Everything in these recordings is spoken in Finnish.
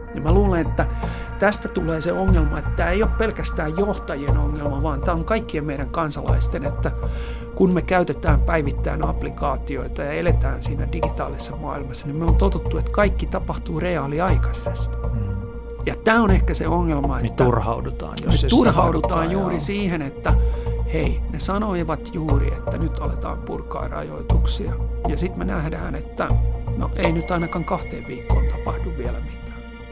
Ja mä luulen, että tästä tulee se ongelma, että tämä ei ole pelkästään johtajien ongelma, vaan tämä on kaikkien meidän kansalaisten, että kun me käytetään päivittäin applikaatioita ja eletään siinä digitaalisessa maailmassa, niin me on totuttu, että kaikki tapahtuu reaaliaikaisesti. Ja tämä on ehkä se ongelma, että me turhaudutaan juuri siihen, että hei, ne sanoivat juuri, että nyt aletaan purkaa rajoituksia. Ja sitten me nähdään, että no ei nyt ainakaan 2 viikkoon tapahdu vielä mitään.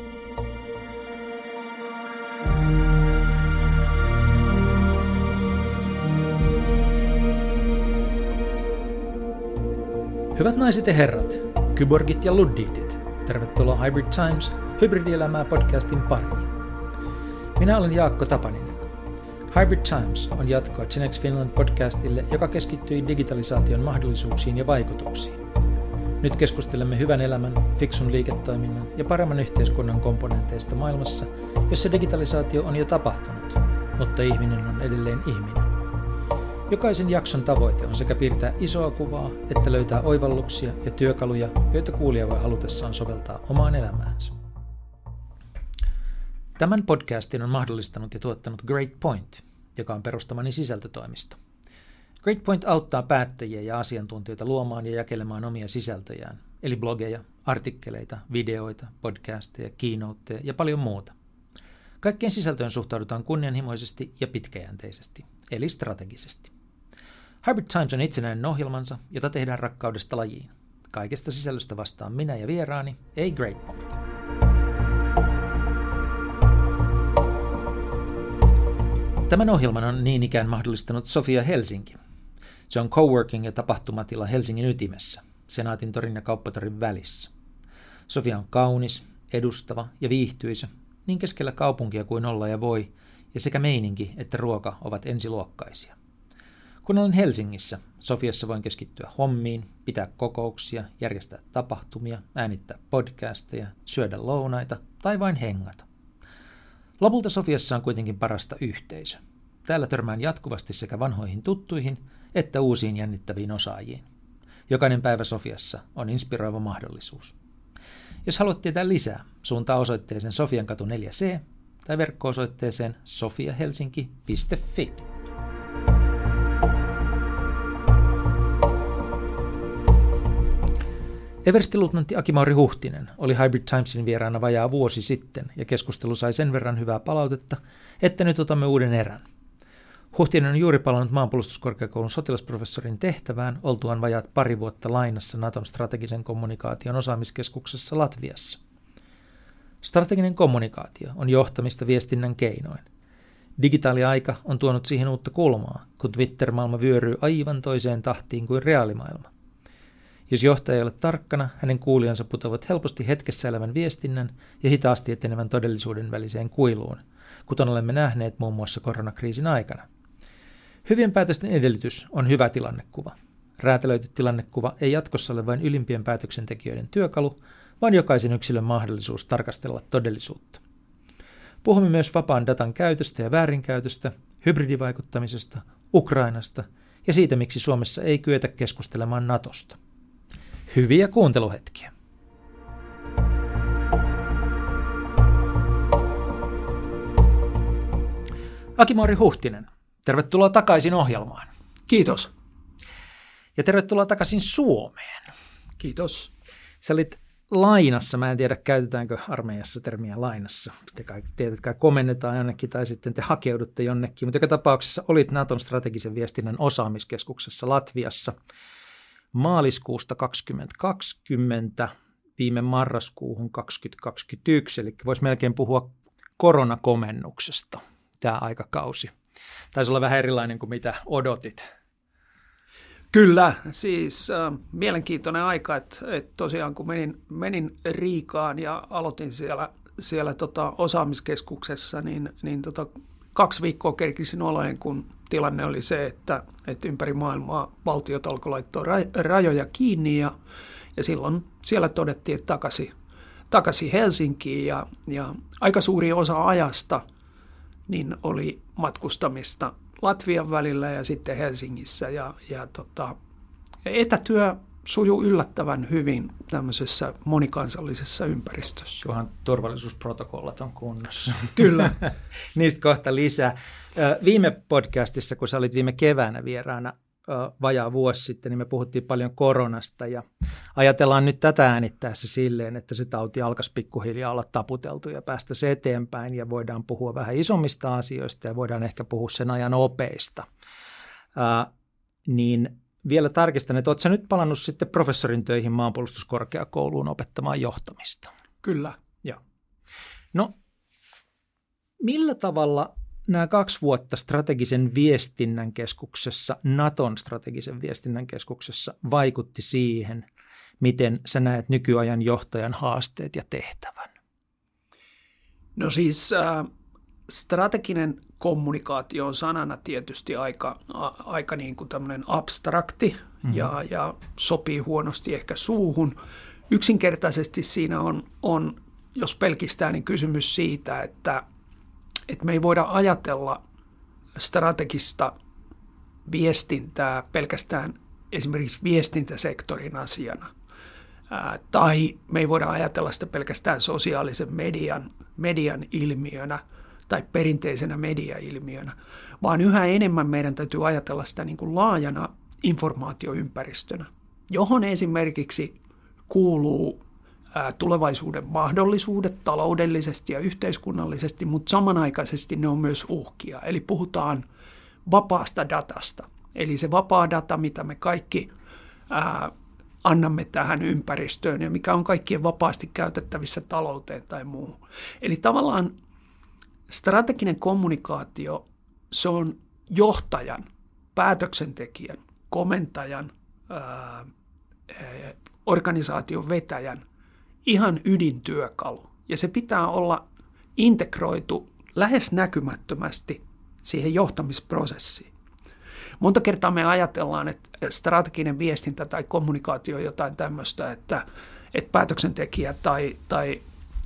Hyvät naiset ja herrat, kyborgit ja luddiitit, tervetuloa Hybrid Times hybridielämää podcastin pariin. Minä olen Jaakko Tapaninen. Hybrid Times on jatkoa Genex Finland podcastille, joka keskittyy digitalisaation mahdollisuuksiin ja vaikutuksiin. Nyt keskustelemme hyvän elämän, fiksun liiketoiminnan ja paremman yhteiskunnan komponenteista maailmassa, jossa digitalisaatio on jo tapahtunut, mutta ihminen on edelleen ihminen. Jokaisen jakson tavoite on sekä piirtää isoa kuvaa, että löytää oivalluksia ja työkaluja, joita kuulija voi halutessaan soveltaa omaan elämäänsä. Tämän podcastin on mahdollistanut ja tuottanut Great Point, joka on perustamani sisältötoimisto. Great Point auttaa päättäjiä ja asiantuntijoita luomaan ja jakelemaan omia sisältöjään, eli blogeja, artikkeleita, videoita, podcasteja, keynoteja ja paljon muuta. Kaikkeen sisältöön suhtaudutaan kunnianhimoisesti ja pitkäjänteisesti, eli strategisesti. Hybrid Times on itsenäinen ohjelmansa, jota tehdään rakkaudesta lajiin. Kaikesta sisällöstä vastaan minä ja vieraani, ei Great Point. Tämän ohjelman on niin ikään mahdollistanut Sofia Helsinki. Se on coworking- ja tapahtumatila Helsingin ytimessä, Senaatintorin ja Kauppatorin välissä. Sofia on kaunis, edustava ja viihtyisä, niin keskellä kaupunkia kuin olla ja voi, ja sekä meininki että ruoka ovat ensiluokkaisia. Kun olen Helsingissä, Sofiassa voin keskittyä hommiin, pitää kokouksia, järjestää tapahtumia, äänittää podcasteja, syödä lounaita tai vain hengata. Lopulta Sofiassa on kuitenkin parasta yhteisö. Täällä törmään jatkuvasti sekä vanhoihin tuttuihin että uusiin jännittäviin osaajiin. Jokainen päivä Sofiassa on inspiroiva mahdollisuus. Jos haluat tietää lisää, suuntaa osoitteeseen Sofiankatu 4C tai verkko-osoitteeseen sofiahelsinki.fi. Everstiluutnantti Aki-Mauri Huhtinen oli Hybrid Timesin vieraana vajaa vuosi sitten ja keskustelu sai sen verran hyvää palautetta, että nyt otamme uuden erän. Huhtinen on juuri palannut maanpuolustuskorkeakoulun sotilasprofessorin tehtävään oltuaan vajaat 2 vuotta lainassa Naton strategisen kommunikaation osaamiskeskuksessa Latviassa. Strateginen kommunikaatio on johtamista viestinnän keinoin. Digitaaliaika on tuonut siihen uutta kulmaa, kun Twitter-maailma vyöryy aivan toiseen tahtiin kuin reaalimaailma. Jos johtaja ei ole tarkkana, hänen kuulijansa putoavat helposti hetkessä elävän viestinnän ja hitaasti etenevän todellisuuden väliseen kuiluun, kuten olemme nähneet muun muassa koronakriisin aikana. Hyvien päätösten edellytys on hyvä tilannekuva. Räätälöity tilannekuva ei jatkossa ole vain ylimpien päätöksentekijöiden työkalu, vaan jokaisen yksilön mahdollisuus tarkastella todellisuutta. Puhumme myös vapaan datan käytöstä ja väärinkäytöstä, hybridivaikuttamisesta, Ukrainasta ja siitä, miksi Suomessa ei kyetä keskustelemaan Natosta. Hyviä kuunteluhetkiä. Aki-Mauri Huhtinen, tervetuloa takaisin ohjelmaan. Kiitos. Ja tervetuloa takaisin Suomeen. Kiitos. Sä olit lainassa, mä en tiedä käytetäänkö armeijassa termiä lainassa. Te kai komennetaan jonnekin tai sitten te hakeudutte jonnekin, mutta joka tapauksessa olit Naton strategisen viestinnän osaamiskeskuksessa Latviassa maaliskuusta 2020 viime marraskuuhun 2021, eli voisi melkein puhua koronakomennuksesta tämä aikakausi. Taisi olla vähän erilainen kuin mitä odotit. Kyllä, siis mielenkiintoinen aika, että tosiaan kun menin Riikaan ja aloitin siellä osaamiskeskuksessa, niin 2 viikkoa kerkisin oleen, kun tilanne oli se, että ympäri maailmaa valtiot alkoi laittaa rajoja kiinni ja silloin siellä todettiin, että takaisin Helsinkiin ja aika suuri osa ajasta niin oli matkustamista Latvian välillä ja sitten Helsingissä ja etätyö sujuu yllättävän hyvin tämmöisessä monikansallisessa ympäristössä. Kunhan turvallisuusprotokollat on kunnossa. Kyllä. Niistä kohta lisää. Viime podcastissa, kun sä olit viime keväänä vieraana vajaa vuosi sitten, niin me puhuttiin paljon koronasta ja ajatellaan nyt tätä äänittäessä silleen, että se tauti alkaisi pikkuhiljaa olla taputeltu ja päästä se eteenpäin ja voidaan puhua vähän isommista asioista ja voidaan ehkä puhua sen ajan opeista. Niin vielä tarkistan, että oletko sä nyt palannut sitten professorin töihin maanpuolustuskorkeakouluun opettamaan johtamista? Kyllä. Joo. No, millä tavalla nämä 2 vuotta strategisen viestinnän keskuksessa, Naton strategisen viestinnän keskuksessa vaikutti siihen, miten sä näet nykyajan johtajan haasteet ja tehtävän? No siis strateginen kommunikaatio on sanana tietysti aika niin kuin tämmöinen abstrakti ja sopii huonosti ehkä suuhun. Yksinkertaisesti siinä on jos pelkistää, niin kysymys siitä, että me ei voida ajatella strategista viestintää pelkästään esimerkiksi viestintäsektorin asiana. Tai me ei voida ajatella sitä pelkästään sosiaalisen median ilmiönä tai perinteisenä mediailmiönä, vaan yhä enemmän meidän täytyy ajatella sitä niin kuin laajana informaatioympäristönä, johon esimerkiksi kuuluu tulevaisuuden mahdollisuudet taloudellisesti ja yhteiskunnallisesti, mutta samanaikaisesti ne on myös uhkia. Eli puhutaan vapaasta datasta. Eli se vapaa data, mitä me kaikki annamme tähän ympäristöön ja mikä on kaikkien vapaasti käytettävissä talouteen tai muuhun. Eli tavallaan strateginen kommunikaatio, se on johtajan, päätöksentekijän, komentajan, organisaation vetäjän ihan ydintyökalu. Ja se pitää olla integroitu lähes näkymättömästi siihen johtamisprosessiin. Monta kertaa me ajatellaan, että strateginen viestintä tai kommunikaatio on jotain tämmöistä, että päätöksentekijä tai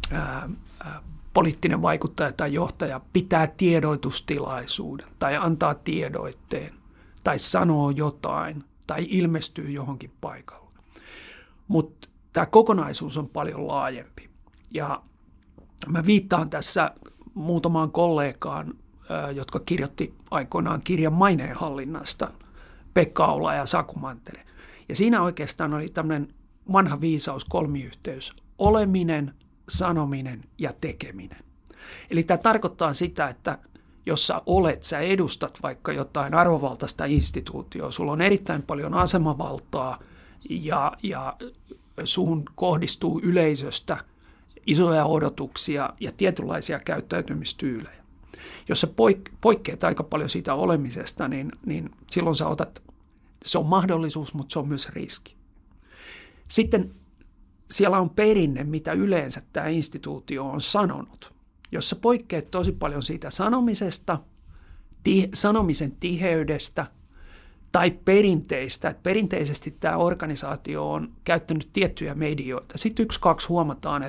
poliittinen vaikuttaja tai johtaja pitää tiedoitustilaisuuden tai antaa tiedoitteen tai sanoo jotain tai ilmestyy johonkin paikalle. Mutta tämä kokonaisuus on paljon laajempi. Ja mä viittaan tässä muutamaan kollegaan, jotka kirjoitti aikoinaan kirjan maineenhallinnasta, Pekka Aula ja Saku Mantere. Ja siinä oikeastaan oli tämmöinen vanha viisaus, kolmiyhteys, oleminen, sanominen ja tekeminen. Eli tämä tarkoittaa sitä, että jos sä edustat vaikka jotain arvovaltaista instituutioa, sulla on erittäin paljon asemavaltaa ja suhun kohdistuu yleisöstä isoja odotuksia ja tietynlaisia käyttäytymistyylejä. Jos sä poikkeat aika paljon siitä olemisesta, niin silloin sä otat, se on mahdollisuus, mutta se on myös riski. Sitten siellä on perinne, mitä yleensä tämä instituutio on sanonut. Jos sä poikkeat tosi paljon siitä sanomisesta, sanomisen tiheydestä tai perinteistä, että perinteisesti tämä organisaatio on käyttänyt tiettyjä medioita. Sitten 1-2 huomataan,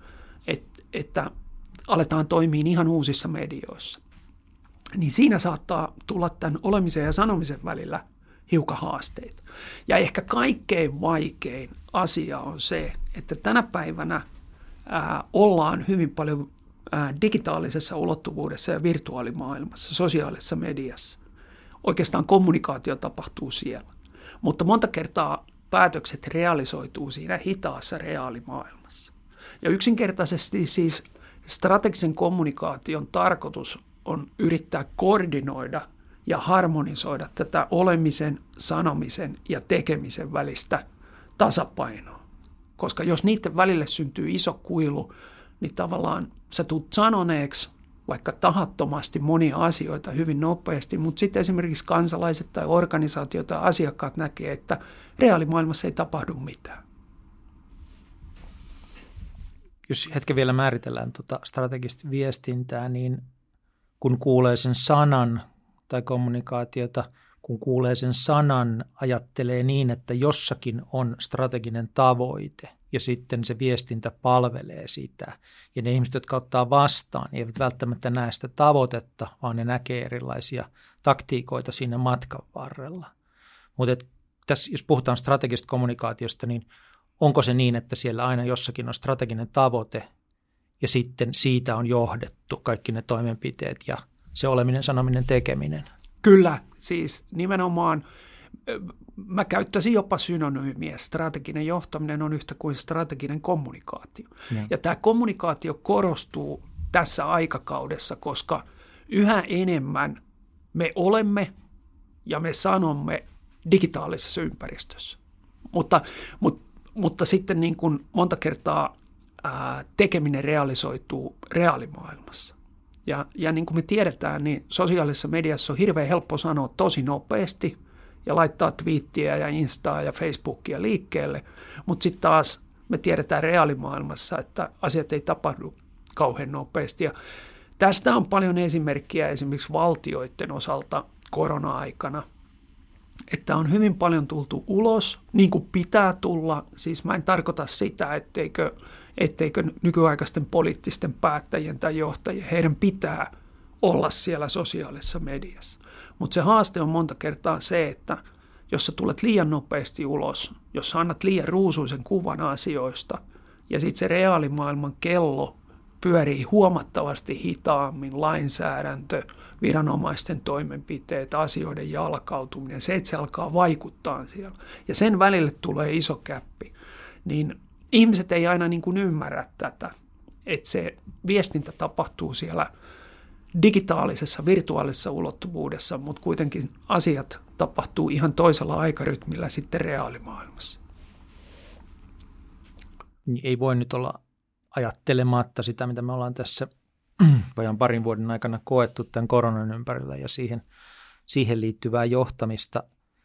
että aletaan toimia ihan uusissa medioissa. Niin siinä saattaa tulla tämän olemisen ja sanomisen välillä hiukan haasteita. Ja ehkä kaikkein vaikein asia on se, että tänä päivänä ollaan hyvin paljon digitaalisessa ulottuvuudessa ja virtuaalimaailmassa, sosiaalisessa mediassa. Oikeastaan kommunikaatio tapahtuu siellä, mutta monta kertaa päätökset realisoituu siinä hitaassa reaalimaailmassa. Ja yksinkertaisesti siis strategisen kommunikaation tarkoitus on yrittää koordinoida ja harmonisoida tätä olemisen, sanomisen ja tekemisen välistä tasapainoa. Koska jos niiden välille syntyy iso kuilu, niin tavallaan sä tulet sanoneeksi vaikka tahattomasti monia asioita hyvin nopeasti, mutta sitten esimerkiksi kansalaiset tai organisaatiot tai asiakkaat näkee, että reaalimaailmassa ei tapahdu mitään. Jos hetken vielä määritellään strategista viestintää, niin kun kuulee sen sanan tai kommunikaatiota, kun kuulee sen sanan, ajattelee niin, että jossakin on strateginen tavoite ja sitten se viestintä palvelee sitä. Ja ne ihmiset, jotka ottaa vastaan, eivät välttämättä näe sitä tavoitetta, vaan ne näkee erilaisia taktiikoita siinä matkan varrella. Mutta tässä, jos puhutaan strategisesta kommunikaatiosta, niin onko se niin, että siellä aina jossakin on strateginen tavoite ja sitten siitä on johdettu kaikki ne toimenpiteet ja se oleminen, sanominen, tekeminen? Kyllä, siis nimenomaan mä käyttäisin jopa synonyymiä. Strateginen johtaminen on yhtä kuin strateginen kommunikaatio. Ja tämä kommunikaatio korostuu tässä aikakaudessa, koska yhä enemmän me olemme ja me sanomme digitaalisessa ympäristössä. Mutta sitten niin kuin monta kertaa tekeminen realisoituu reaalimaailmassa. Ja niin kuin me tiedetään, niin sosiaalisessa mediassa on hirveän helppo sanoa tosi nopeasti ja laittaa twiittiä ja instaa ja facebookia liikkeelle, mutta sitten taas me tiedetään reaalimaailmassa, että asiat ei tapahdu kauhean nopeasti. Ja tästä on paljon esimerkkiä esimerkiksi valtioiden osalta korona-aikana, että on hyvin paljon tultu ulos, niin kuin pitää tulla. Siis mä en tarkoita sitä, etteikö nykyaikaisten poliittisten päättäjien tai johtajien, heidän pitää olla siellä sosiaalisessa mediassa. Mutta se haaste on monta kertaa se, että jos sä tulet liian nopeasti ulos, jos sä annat liian ruusuisen kuvan asioista ja sitten se reaalimaailman kello pyörii huomattavasti hitaammin, lainsäädäntö, viranomaisten toimenpiteet, asioiden jalkautuminen, se, että se alkaa vaikuttaa siellä ja sen välille tulee iso käppi, niin ihmiset ei aina niin kuin ymmärrä tätä, että se viestintä tapahtuu siellä digitaalisessa, virtuaalisessa ulottuvuudessa, mutta kuitenkin asiat tapahtuu ihan toisella aikarytmillä sitten reaalimaailmassa. Ei voi nyt olla ajattelematta sitä, mitä me ollaan tässä vajaan parin vuoden aikana koettu tämän koronan ympärillä ja siihen liittyvää johtamista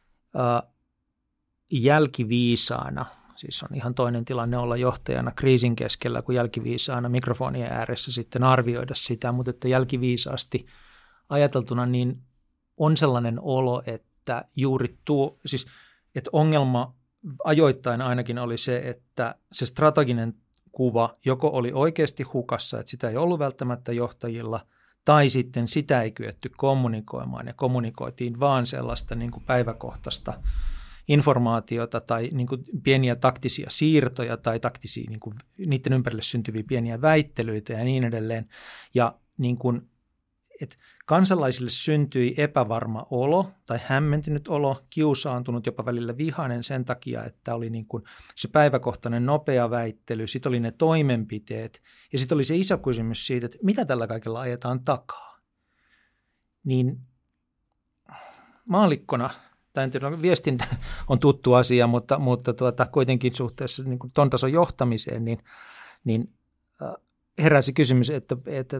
jälkiviisaana. Siis on ihan toinen tilanne olla johtajana kriisin keskellä kuin jälkiviisaana mikrofonien ääressä sitten arvioida sitä, mutta että jälkiviisaasti ajateltuna niin on sellainen olo, että juuri siis että ongelma ajoittain ainakin oli se, että se strateginen kuva joko oli oikeasti hukassa, että sitä ei ollut välttämättä johtajilla, tai sitten sitä ei kyetty kommunikoimaan ja kommunikoitiin vaan sellaista niin kuin päiväkohtaista informaatiota tai niin kuin pieniä taktisia siirtoja tai taktisia niin kuin niiden ympärille syntyviä pieniä väittelyitä ja niin edelleen. Ja niin kuin, että kansalaisille syntyi epävarma olo tai hämmentynyt olo, kiusaantunut, jopa välillä vihainen sen takia, että oli niin kuin se päiväkohtainen nopea väittely, sitten oli ne toimenpiteet ja sitten oli se iso kysymys siitä, että mitä tällä kaikella ajetaan takaa. Niin maallikkona, tai en tiedä, viestintä on tuttu asia, mutta kuitenkin suhteessa niin kuin ton tason johtamiseen, niin heräsi kysymys, että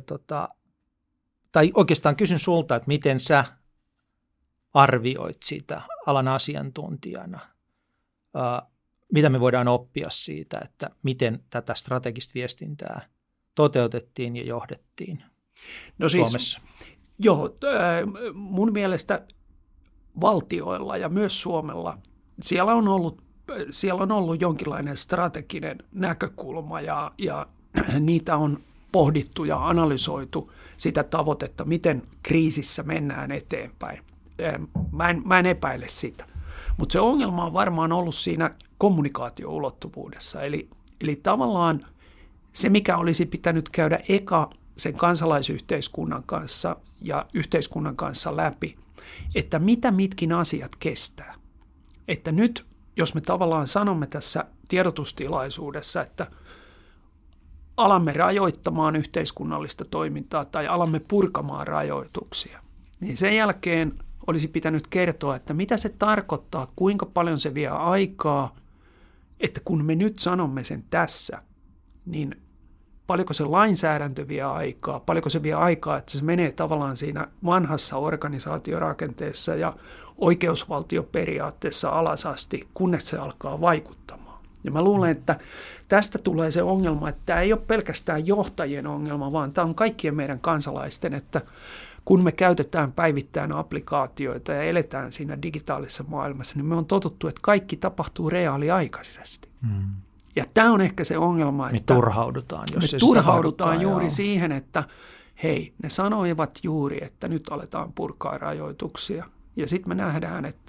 tai oikeastaan kysyn sulta, että miten sä arvioit sitä alan asiantuntijana, mitä me voidaan oppia siitä, että miten tätä strategista viestintää toteutettiin ja johdettiin Suomessa? Joo, mun mielestä valtioilla ja myös Suomella siellä on ollut jonkinlainen strateginen näkökulma ja niitä on pohdittu ja analysoitu sitä tavoitetta, miten kriisissä mennään eteenpäin. Mä en epäile sitä, mutta se ongelma on varmaan ollut siinä kommunikaatio-ulottuvuudessa. Eli tavallaan se, mikä olisi pitänyt käydä eka sen kansalaisyhteiskunnan kanssa ja yhteiskunnan kanssa läpi, että mitä mitkin asiat kestää. Että nyt, jos me tavallaan sanomme tässä tiedotustilaisuudessa, että alamme rajoittamaan yhteiskunnallista toimintaa tai alamme purkamaan rajoituksia, niin sen jälkeen olisi pitänyt kertoa, että mitä se tarkoittaa, kuinka paljon se vie aikaa, että kun me nyt sanomme sen tässä, niin paljonko se lainsäädäntö vie aikaa, paljonko se vie aikaa, että se menee tavallaan siinä vanhassa organisaatiorakenteessa ja oikeusvaltioperiaatteessa alas asti, kunnes se alkaa vaikuttamaan. Ja mä luulen, että tästä tulee se ongelma, että tämä ei ole pelkästään johtajien ongelma, vaan tämä on kaikkien meidän kansalaisten, että kun me käytetään päivittäin applikaatioita ja eletään siinä digitaalisessa maailmassa, niin me on totuttu, että kaikki tapahtuu reaaliaikaisesti. Ja tämä on ehkä se ongelma, että me turhaudutaan, jos me turhaudutaan juuri siihen, että hei, ne sanoivat juuri, että nyt aletaan purkaa rajoituksia. Ja sitten me nähdään, että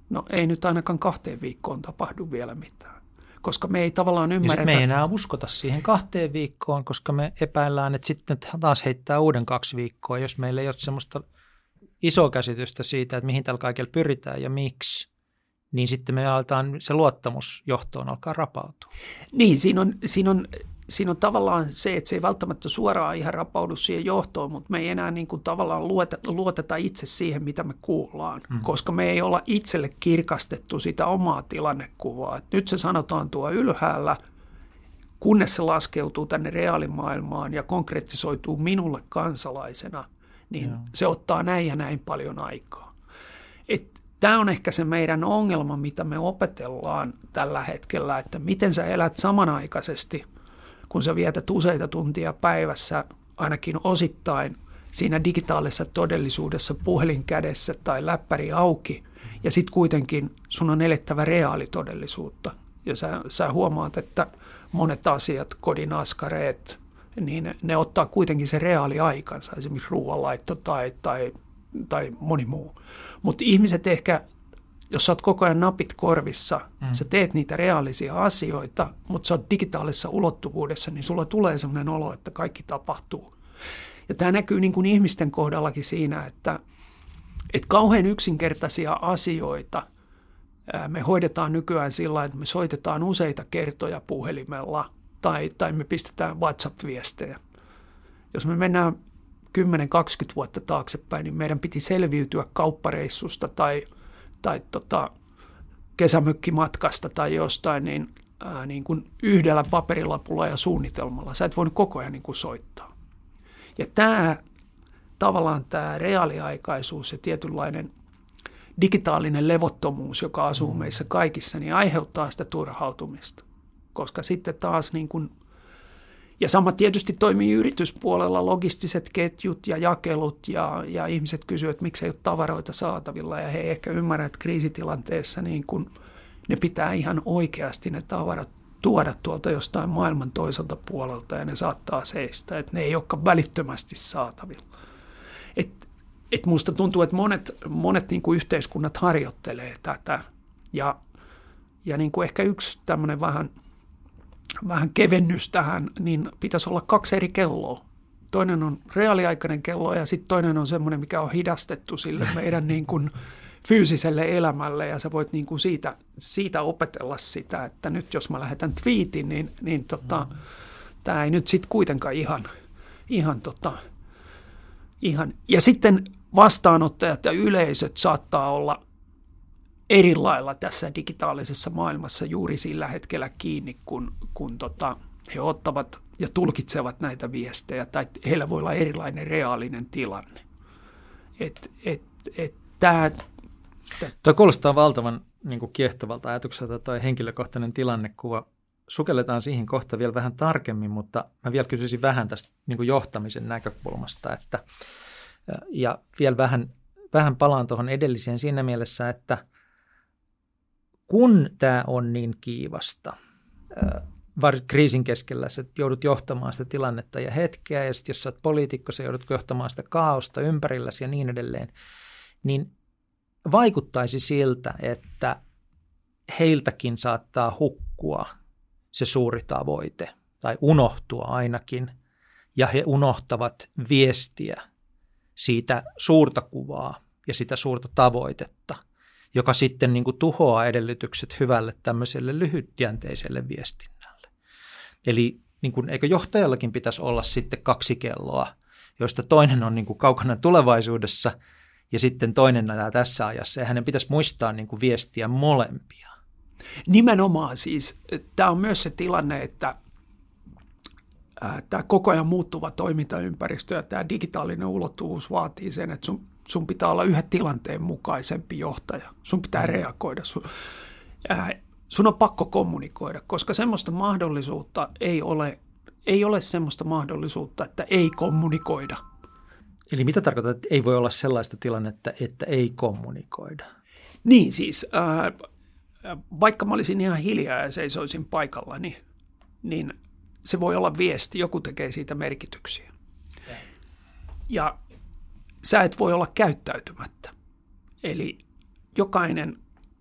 No ei nyt ainakaan 2 viikkoon tapahdu vielä mitään, koska me ei tavallaan ymmärretä. Ja me ei enää uskota siihen 2 viikkoon, koska me epäillään, että sitten taas heittää uuden 2 viikkoa, jos meillä ei ole semmoista isoa käsitystä siitä, että mihin tällä kaikella pyritään ja miksi, niin sitten me aletaan, se luottamus johtoon alkaa rapautua. Niin, siinä on tavallaan se, että se ei välttämättä suoraan ihan rapaudu siihen johtoon, mutta me ei enää niin kuin tavallaan luoteta itse siihen, mitä me kuullaan, koska me ei olla itselle kirkastettu sitä omaa tilannekuvaa. Et nyt se sanotaan tuo ylhäällä, kunnes se laskeutuu tänne reaalimaailmaan ja konkretisoituu minulle kansalaisena, niin se ottaa näin ja näin paljon aikaa. Tämä on ehkä se meidän ongelma, mitä me opetellaan tällä hetkellä, että miten sä elät samanaikaisesti, kun sä vietät useita tuntia päivässä, ainakin osittain, siinä digitaalisessa todellisuudessa puhelin kädessä tai läppäri auki, ja sitten kuitenkin sun on elettävä reaalitodellisuutta. Ja sä huomaat, että monet asiat, kodin askareet, niin ne ottaa kuitenkin se reaaliaikansa, esimerkiksi ruoanlaitto tai moni muu. Mutta ihmiset ehkä, jos sä oot koko ajan napit korvissa, sä teet niitä reaalisia asioita, mutta sä oot digitaalisessa ulottuvuudessa, niin sulla tulee sellainen olo, että kaikki tapahtuu. Ja tämä näkyy niin kuin ihmisten kohdallakin siinä, että kauhean yksinkertaisia asioita me hoidetaan nykyään sillä, että me soitetaan useita kertoja puhelimella tai me pistetään WhatsApp-viestejä. Jos me mennään 10-20 vuotta taaksepäin, niin meidän piti selviytyä kauppareissusta tai kesämökkimatkasta tai jostain niin kuin yhdellä paperilapulla ja suunnitelmalla. Sä et voinut koko ajan niin kuin soittaa. Ja tavallaan tämä reaaliaikaisuus ja tietynlainen digitaalinen levottomuus, joka asuu meissä kaikissa, niin aiheuttaa sitä turhautumista. Koska sitten taas niin kuin, ja sama tietysti toimii yrityspuolella, logistiset ketjut ja jakelut ja ihmiset kysyvät, että miksi ei ole tavaroita saatavilla ja he ei ehkä ymmärrä, että kriisitilanteessa niin kun ne pitää ihan oikeasti ne tavarat tuoda tuolta jostain maailman toiselta puolelta ja ne saattaa seistä, että ne ei olekaan välittömästi saatavilla. Et musta tuntuu, että monet niin kuin yhteiskunnat harjoittelee tätä ja niin kuin ehkä yksi tämmöinen vähän kevennys tähän, niin pitäisi olla 2 eri kelloa. Toinen on reaaliaikainen kello ja sitten toinen on semmoinen, mikä on hidastettu sille meidän niin kuin fyysiselle elämälle ja sä voit niin kuin siitä opetella sitä, että nyt jos mä lähetän twiitin, niin tämä ei nyt sitten kuitenkaan ihan. Ja sitten vastaanottajat ja yleisöt saattaa olla eri lailla tässä digitaalisessa maailmassa juuri sillä hetkellä kiinni, kun he ottavat ja tulkitsevat näitä viestejä, tai heillä voi olla erilainen reaalinen tilanne. Tuo kuulostaa valtavan niin kuin kiehtovalta ajatukselta tuo henkilökohtainen tilannekuva. Sukelletaan siihen kohta vielä vähän tarkemmin, mutta mä vielä kysyisin vähän tästä niin kuin johtamisen näkökulmasta, ja vielä vähän palaan tuohon edelliseen siinä mielessä, että kun tämä on niin kiivasta, kriisin keskellä sä joudut johtamaan sitä tilannetta ja hetkeä, ja sitten jos sä oot poliitikko, sä joudut johtamaan sitä kaaosta ympärilläsi ja niin edelleen, niin vaikuttaisi siltä, että heiltäkin saattaa hukkua se suuri tavoite, tai unohtua ainakin, ja he unohtavat viestiä siitä suurta kuvaa ja sitä suurta tavoitetta, joka sitten niin kuin tuhoaa edellytykset hyvälle tämmöiselle lyhytjänteiselle viestinnälle. Eli niin kuin, eikö johtajallakin pitäisi olla sitten 2 kelloa, joista toinen on niin kuin kaukana tulevaisuudessa ja sitten toinen elää tässä ajassa, ja hänen pitäisi muistaa niin kuin viestiä molempia. Nimenomaan siis. Tämä on myös se tilanne, että tämä koko ajan muuttuva toimintaympäristö ja tämä digitaalinen ulottuvuus vaatii sen, että sun pitää olla yhden tilanteen mukaisempi johtaja. Sun pitää reagoida. Sun on pakko kommunikoida, koska semmoista mahdollisuutta ei ole semmoista mahdollisuutta, että ei kommunikoida. Eli mitä tarkoittaa, että ei voi olla sellaista tilannetta, että ei kommunikoida? Niin siis, vaikka mä olisin ihan hiljaa ja seisoisin paikallani, niin se voi olla viesti, joku tekee siitä merkityksiä. Ja sä et voi olla käyttäytymättä. Eli jokainen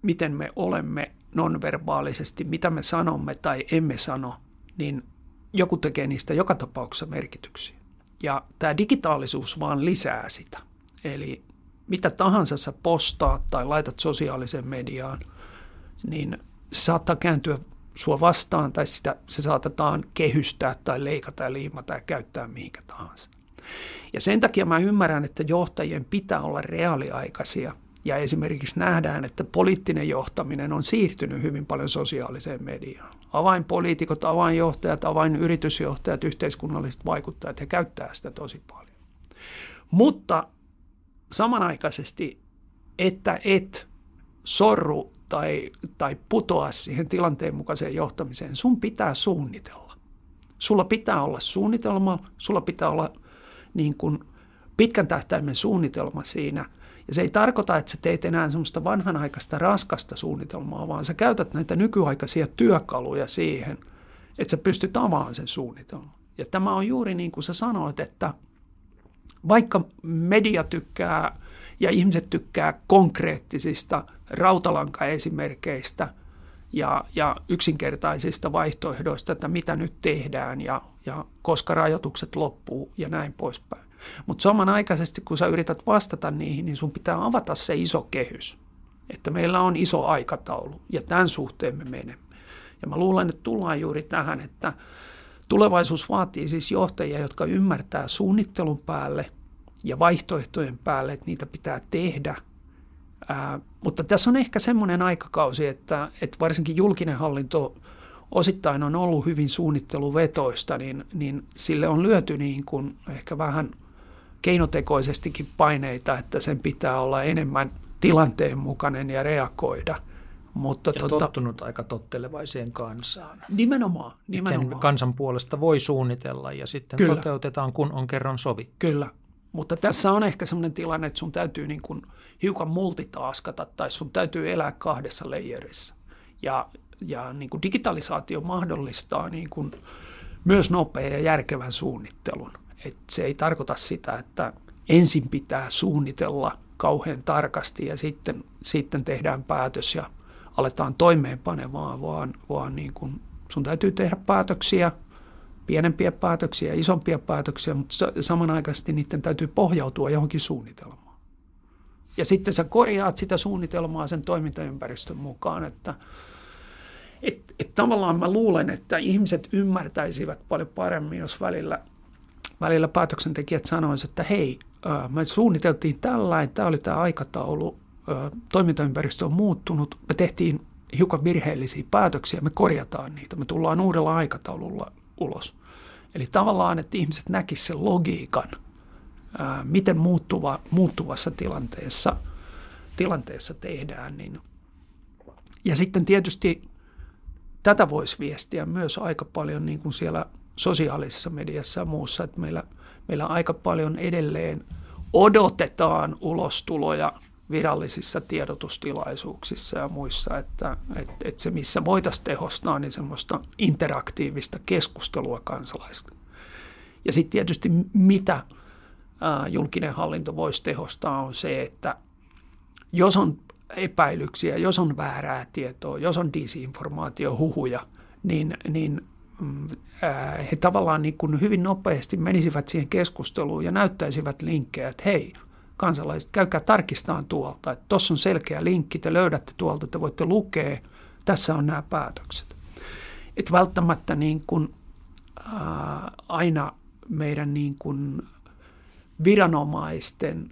miten me olemme nonverbaalisesti, mitä me sanomme tai emme sano, niin joku tekee niistä joka tapauksessa merkityksiä. Ja tämä digitaalisuus vaan lisää sitä. Eli mitä tahansa sä postaat tai laitat sosiaaliseen mediaan, niin se saattaa kääntyä sua vastaan tai se saatetaan kehystää tai leikata ja liimata ja käyttää mihinkä tahansa. Ja sen takia mä ymmärrän, että johtajien pitää olla reaaliaikaisia. Ja esimerkiksi nähdään, että poliittinen johtaminen on siirtynyt hyvin paljon sosiaaliseen mediaan. Avainpoliitikot, avainjohtajat, avainyritysjohtajat, yhteiskunnalliset vaikuttajat, he käyttää sitä tosi paljon. Mutta samanaikaisesti, että et sorru tai putoa siihen tilanteen mukaiseen johtamiseen, sun pitää suunnitella. Sulla pitää olla suunnitelma, sulla pitää olla niin kuin pitkän tähtäimen suunnitelma siinä. Ja se ei tarkoita, että sä teet enää semmoista vanhanaikaista raskasta suunnitelmaa, vaan sä käytät näitä nykyaikaisia työkaluja siihen, että sä pystyt avaamaan sen suunnitelman. Ja tämä on juuri niin kuin sä sanoit, että vaikka media tykkää ja ihmiset tykkää konkreettisista rautalankaesimerkeistä ja yksinkertaisista vaihtoehdoista, että mitä nyt tehdään ja koska rajoitukset loppuu ja näin poispäin. Mutta samanaikaisesti, kun sä yrität vastata niihin, niin sun pitää avata se iso kehys, että meillä on iso aikataulu ja tämän suhteen me menemme. Ja mä luulen, että tullaan juuri tähän, että tulevaisuus vaatii siis johtajia, jotka ymmärtää suunnittelun päälle ja vaihtoehtojen päälle, että niitä pitää tehdä. Mutta tässä on ehkä semmoinen aikakausi, että varsinkin julkinen hallinto osittain on ollut hyvin suunnitteluvetoista, niin sille on lyöty niin kuin ehkä vähän keinotekoisestikin paineita, että sen pitää olla enemmän tilanteen mukainen ja reagoida. Mutta ja tottunut aika tottelevaiseen kansaan. Nimenomaan. Sen kansan puolesta voi suunnitella ja sitten Kyllä. toteutetaan, kun on kerran sovittu. Kyllä, mutta tässä on ehkä sellainen tilanne, että sun täytyy niin kuin hiukan multitaskata tai sun täytyy elää 2 layerissa. Ja niin kuin digitalisaatio mahdollistaa niin kuin myös nopean ja järkevän suunnittelun. Et se ei tarkoita sitä, että ensin pitää suunnitella kauhean tarkasti ja sitten tehdään päätös ja aletaan toimeenpanemaan, vaan niin kuin sun täytyy tehdä päätöksiä, pienempiä päätöksiä, isompia päätöksiä, mutta samanaikaisesti niiden täytyy pohjautua johonkin suunnitelmaan. Ja sitten sä korjaat sitä suunnitelmaa sen toimintaympäristön mukaan, että tavallaan mä luulen, että ihmiset ymmärtäisivät paljon paremmin, jos välillä päätöksentekijät sanoisivat, että hei, me suunniteltiin tällainen, tämä oli tämä aikataulu, toimintaympäristö on muuttunut, me tehtiin hiukan virheellisiä päätöksiä, me korjataan niitä, me tullaan uudella aikataululla ulos. Eli tavallaan, että ihmiset näkisivät sen logiikan, miten muuttuvassa tilanteessa tehdään. Niin. Ja sitten tietysti tätä voisi viestiä myös aika paljon niin kuin siellä sosiaalisessa mediassa ja muussa, että meillä aika paljon edelleen odotetaan ulostuloja virallisissa tiedotustilaisuuksissa ja muissa, että se missä voitaisiin tehostaa, niin semmoista interaktiivista keskustelua kansalaisista. Ja sitten tietysti mitä julkinen hallinto voisi tehostaa on se, että jos on epäilyksiä, jos on väärää tietoa, jos on disinformaatio, huhuja, niin he tavallaan niin kuin hyvin nopeasti menisivät siihen keskusteluun ja näyttäisivät linkkejä, että hei, kansalaiset, käykää tarkistamaan tuolta, että tuossa on selkeä linkki, te löydätte tuolta, te voitte lukea, tässä on nämä päätökset. Että välttämättä niin kuin, aina meidän niin kuin viranomaisten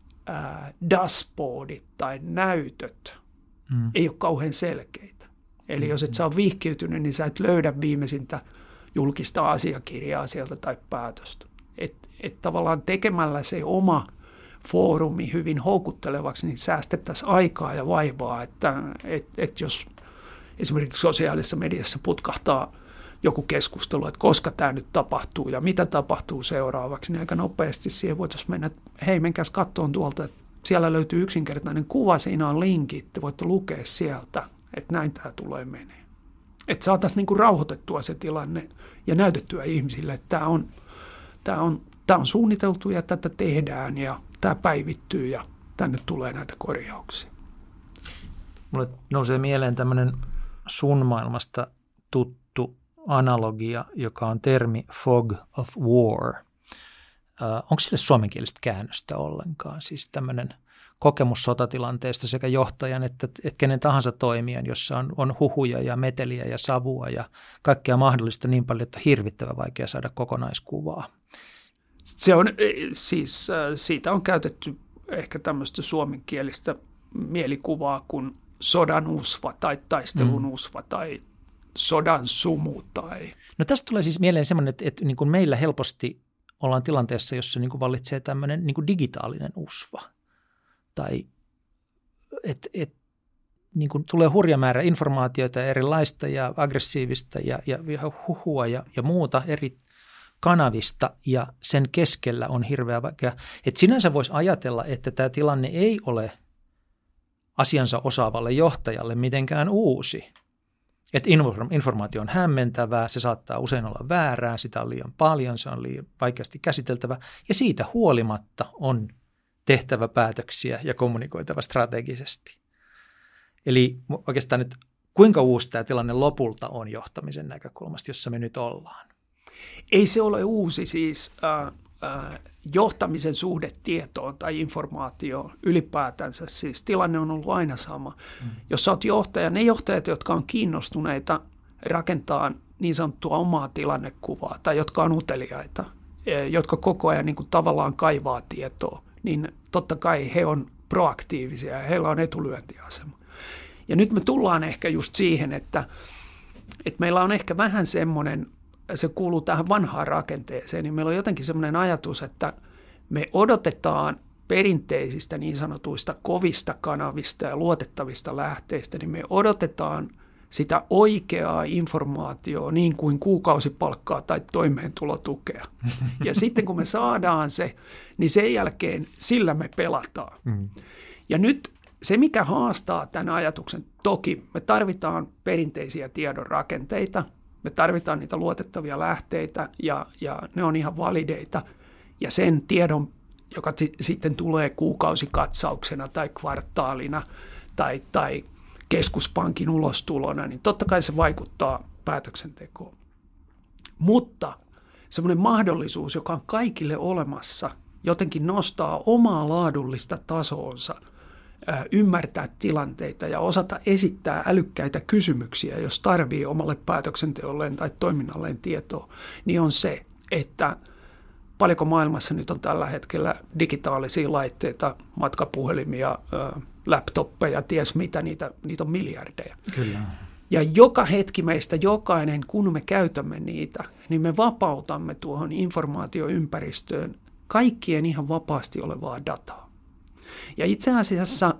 dashboardit tai näytöt ei ole kauhean selkeitä. Eli jos et sä ole vihkiytynyt, niin sä et löydä viimeisintä julkista asiakirjaa sieltä tai päätöstä. Et tavallaan tekemällä se oma foorumi hyvin houkuttelevaksi, niin säästettäisiin aikaa ja vaivaa, että jos esimerkiksi sosiaalisessa mediassa putkahtaa joku keskustelu, että koska tämä nyt tapahtuu ja mitä tapahtuu seuraavaksi, niin aika nopeasti siihen voitaisiin mennä, että hei, menkääs katsomaan tuolta, että siellä löytyy yksinkertainen kuva, siinä on linkit, te voitte lukea sieltä, että näin tämä tulee menee. Että saataisiin niin kuin rauhoitettua se tilanne ja näytettyä ihmisille, että tämä on suunniteltu ja tätä tehdään ja tämä päivittyy ja tänne tulee näitä korjauksia. Mulle nousee mieleen tämmöinen sun maailmasta tuttu analogia, joka on termi fog of war. Onko sille suomenkielistä käännöstä ollenkaan? Siis tämmöinen kokemus sotatilanteesta sekä johtajan että kenen tahansa toimijan, jossa on huhuja ja meteliä ja savua ja kaikkea mahdollista niin paljon, että hirvittävän vaikea saada kokonaiskuvaa. Se on siis, siitä on käytetty ehkä tämmöistä suomenkielistä mielikuvaa kuin sodan usva tai taistelun usva tai sodan sumu. Tai. No tästä tulee siis mieleen semmoinen, että niin kuin meillä helposti ollaan tilanteessa, jossa niin kuin vallitsee tämmöinen niin kuin digitaalinen usva. Tai niin kuin tulee hurja määrä informaatiota erilaista ja aggressiivista ja huhua ja muuta eri kanavista, ja sen keskellä on hirveä vaikea. Että sinänsä voisi ajatella, että tämä tilanne ei ole asiansa osaavalle johtajalle mitenkään uusi. Että informaatio on hämmentävää, se saattaa usein olla väärää, sitä on liian paljon, se on liian vaikeasti käsiteltävä, ja siitä huolimatta on tehtävä päätöksiä ja kommunikoitava strategisesti. Eli oikeastaan nyt kuinka uusi tämä tilanne lopulta on johtamisen näkökulmasta, jossa me nyt ollaan? Ei se ole uusi, siis johtamisen suhde tietoon tai informaatioon ylipäätänsä. Siis tilanne on ollut aina sama. Jos sä oot johtaja, ne johtajat, jotka on kiinnostuneita rakentaa niin sanottua omaa tilannekuvaa tai jotka on uteliaita, jotka koko ajan niin kuin tavallaan kaivaa tietoa, niin totta kai he on proaktiivisia ja heillä on etulyöntiasema. Ja nyt me tullaan ehkä just siihen, että meillä on ehkä vähän semmoinen, se kuuluu tähän vanhaan rakenteeseen, niin meillä on jotenkin semmoinen ajatus, että me odotetaan perinteisistä niin sanotuista kovista kanavista ja luotettavista lähteistä, niin me odotetaan sitä oikeaa informaatiota niin kuin kuukausipalkkaa tai toimeentulotukea. Ja sitten kun me saadaan se, niin sen jälkeen sillä me pelataan. Ja nyt se, mikä haastaa tämän ajatuksen, toki me tarvitaan perinteisiä tiedon rakenteita, me tarvitaan niitä luotettavia lähteitä ja ne on ihan valideita. Ja sen tiedon, joka sitten tulee kuukausikatsauksena tai kvartaalina tai keskuspankin ulostulona, niin totta kai se vaikuttaa päätöksentekoon. Mutta semmoinen mahdollisuus, joka on kaikille olemassa, jotenkin nostaa omaa laadullista tasoonsa, ymmärtää tilanteita ja osata esittää älykkäitä kysymyksiä, jos tarvii omalle päätöksenteolleen tai toiminnalleen tietoa, niin on se, että paljonko maailmassa nyt on tällä hetkellä digitaalisia laitteita, matkapuhelimia, laptoppeja, ties mitä, niitä on miljardeja. Kyllä. Ja joka hetki meistä jokainen, kun me käytämme niitä, niin me vapautamme tuohon informaatioympäristöön kaikkien ihan vapaasti olevaa dataa. Ja itse asiassa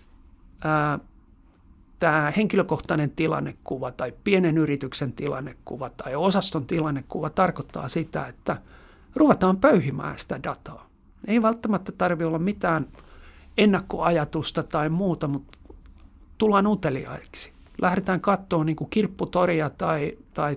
tämä henkilökohtainen tilannekuva tai pienen yrityksen tilannekuva tai osaston tilannekuva tarkoittaa sitä, että ruvetaan pöyhimään sitä dataa. Ei välttämättä tarvitse olla mitään ennakkoajatusta tai muuta, mutta tullaan uteliaiksi. Lähdetään katsoa niin kuin kirpputoria tai